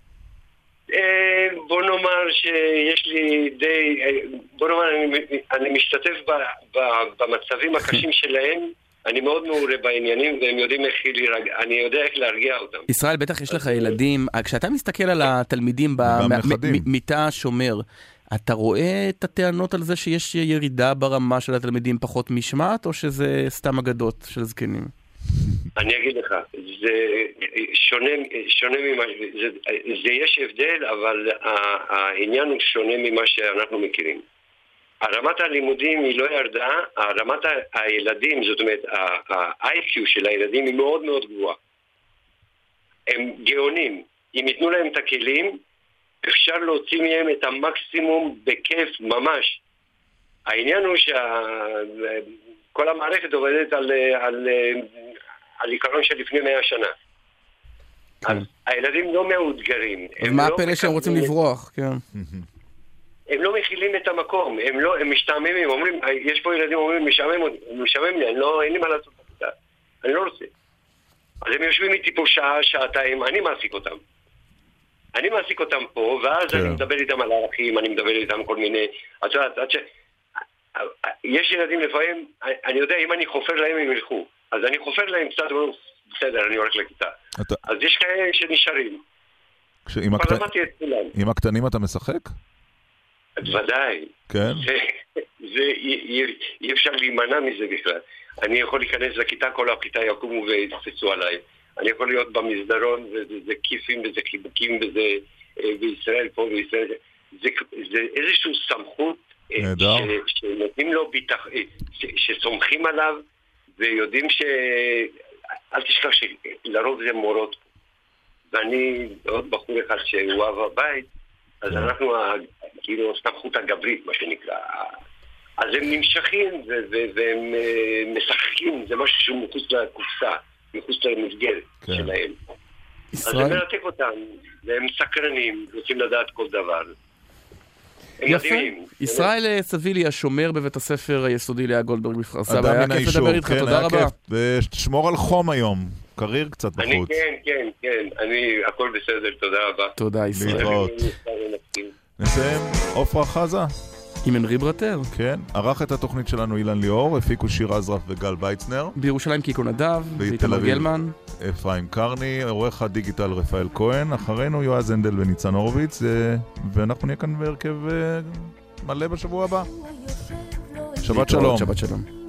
בוא נאמר שיש לי די... בוא נאמר, אני משתתף במצבים הקשים שלהם. אני מאוד מעורה בעניינים, והם יודעים אני יודע איך להרגיע אותם. ישראל, בטח יש לך ילדים. כשאתה מסתכל על התלמידים במיטה השומר, אתה רואה את הטענות על זה שיש ירידה ברמה של התלמידים פחות משמעת, או שזה סתם אגדות של זקנים? אני אגיד לך, זה שונה ממה, זה יש הבדל, אבל העניין הוא שונה ממה שאנחנו מכירים. הרמת הלימודים היא לא ירדה, הרמת הילדים, זאת אומרת, ה-IQ של הילדים היא מאוד מאוד גבוהה. הם גאונים, אם ייתנו להם את הכלים, אפשר להוציא מהם את המקסימום בכיף ממש. העניין הוא שכל המערכת עובדת על עיקרון של לפני 100 שנה. אז הילדים לא מאותגרים. אז מה הפלא שהם רוצים לברוח? כן. הם לא מכילים את המקום, הם משתעממים, אומרים, יש פה ילדים אומרים, משעמם לי, אין לי מה לעשות בכיתה, אני לא רוצה. אז הם יושבים איתי פה שעה, שעתיים, אני מעסיק אותם פה, ואז אני מדבר איתם על ערכים, אני מדבר איתם כל מיני... יש ילדים לפעמים, אני יודע, אם אני חופר להם הם ילכו, אז אני חופר להם קצת, בסדר, אני הולך לכיתה. אז יש כאלה שנשארים. עם הקטנים אתה משחק? ודאי. כן? אי אפשר להימנע מזה בכלל. אני יכול להיכנס לכיתה, כל הכיתה יקומו ויתפסו עליי. אני יכול להיות במסדרון, וזה כיפים וזה חיבוקים וזה בישראל פה וישראל. זה איזושהי סמכות שנותנים לו שסומכים עליו ויודעים אל תשכח שלרוב זה מורות. ואני עוד בחור אחד שהוא אב הבית, אז אנחנו כאילו הסמכות הגברית, מה שנקרא. אז הם נמשכים והם משחקים, זה משהו שהוא מחוץ לקופסה, מחוץ למסגרת שלהם. אז זה מרתק אותם, והם סקרנים, רוצים לדעת כל דבר. יפה. ישראל סבילי, השומר בבית הספר היסודי לאה גולדברג בפרסה. אדם מן האישור, כן, תודה רבה. ושמור על חום היום, קריר קצת בחוץ. כן, הכל בסדר, תודה רבה. תודה, ישראל. להתראות. נסיים, עופרה חזה. עם הנרי ברטר. כן, ערך את התוכנית שלנו אילן ליאור, הפיקו שיר עזרף וגל בייצנר. בירושלים קיקו נדב, ואיתמר גלמן. אפרים קרני, עורך הדיגיטל רפאל כהן, אחרינו יועז הנדל וניצן הורוביץ, ואנחנו נהיה כאן בהרכב מלא בשבוע הבא. שבת שלום. שבת שלום.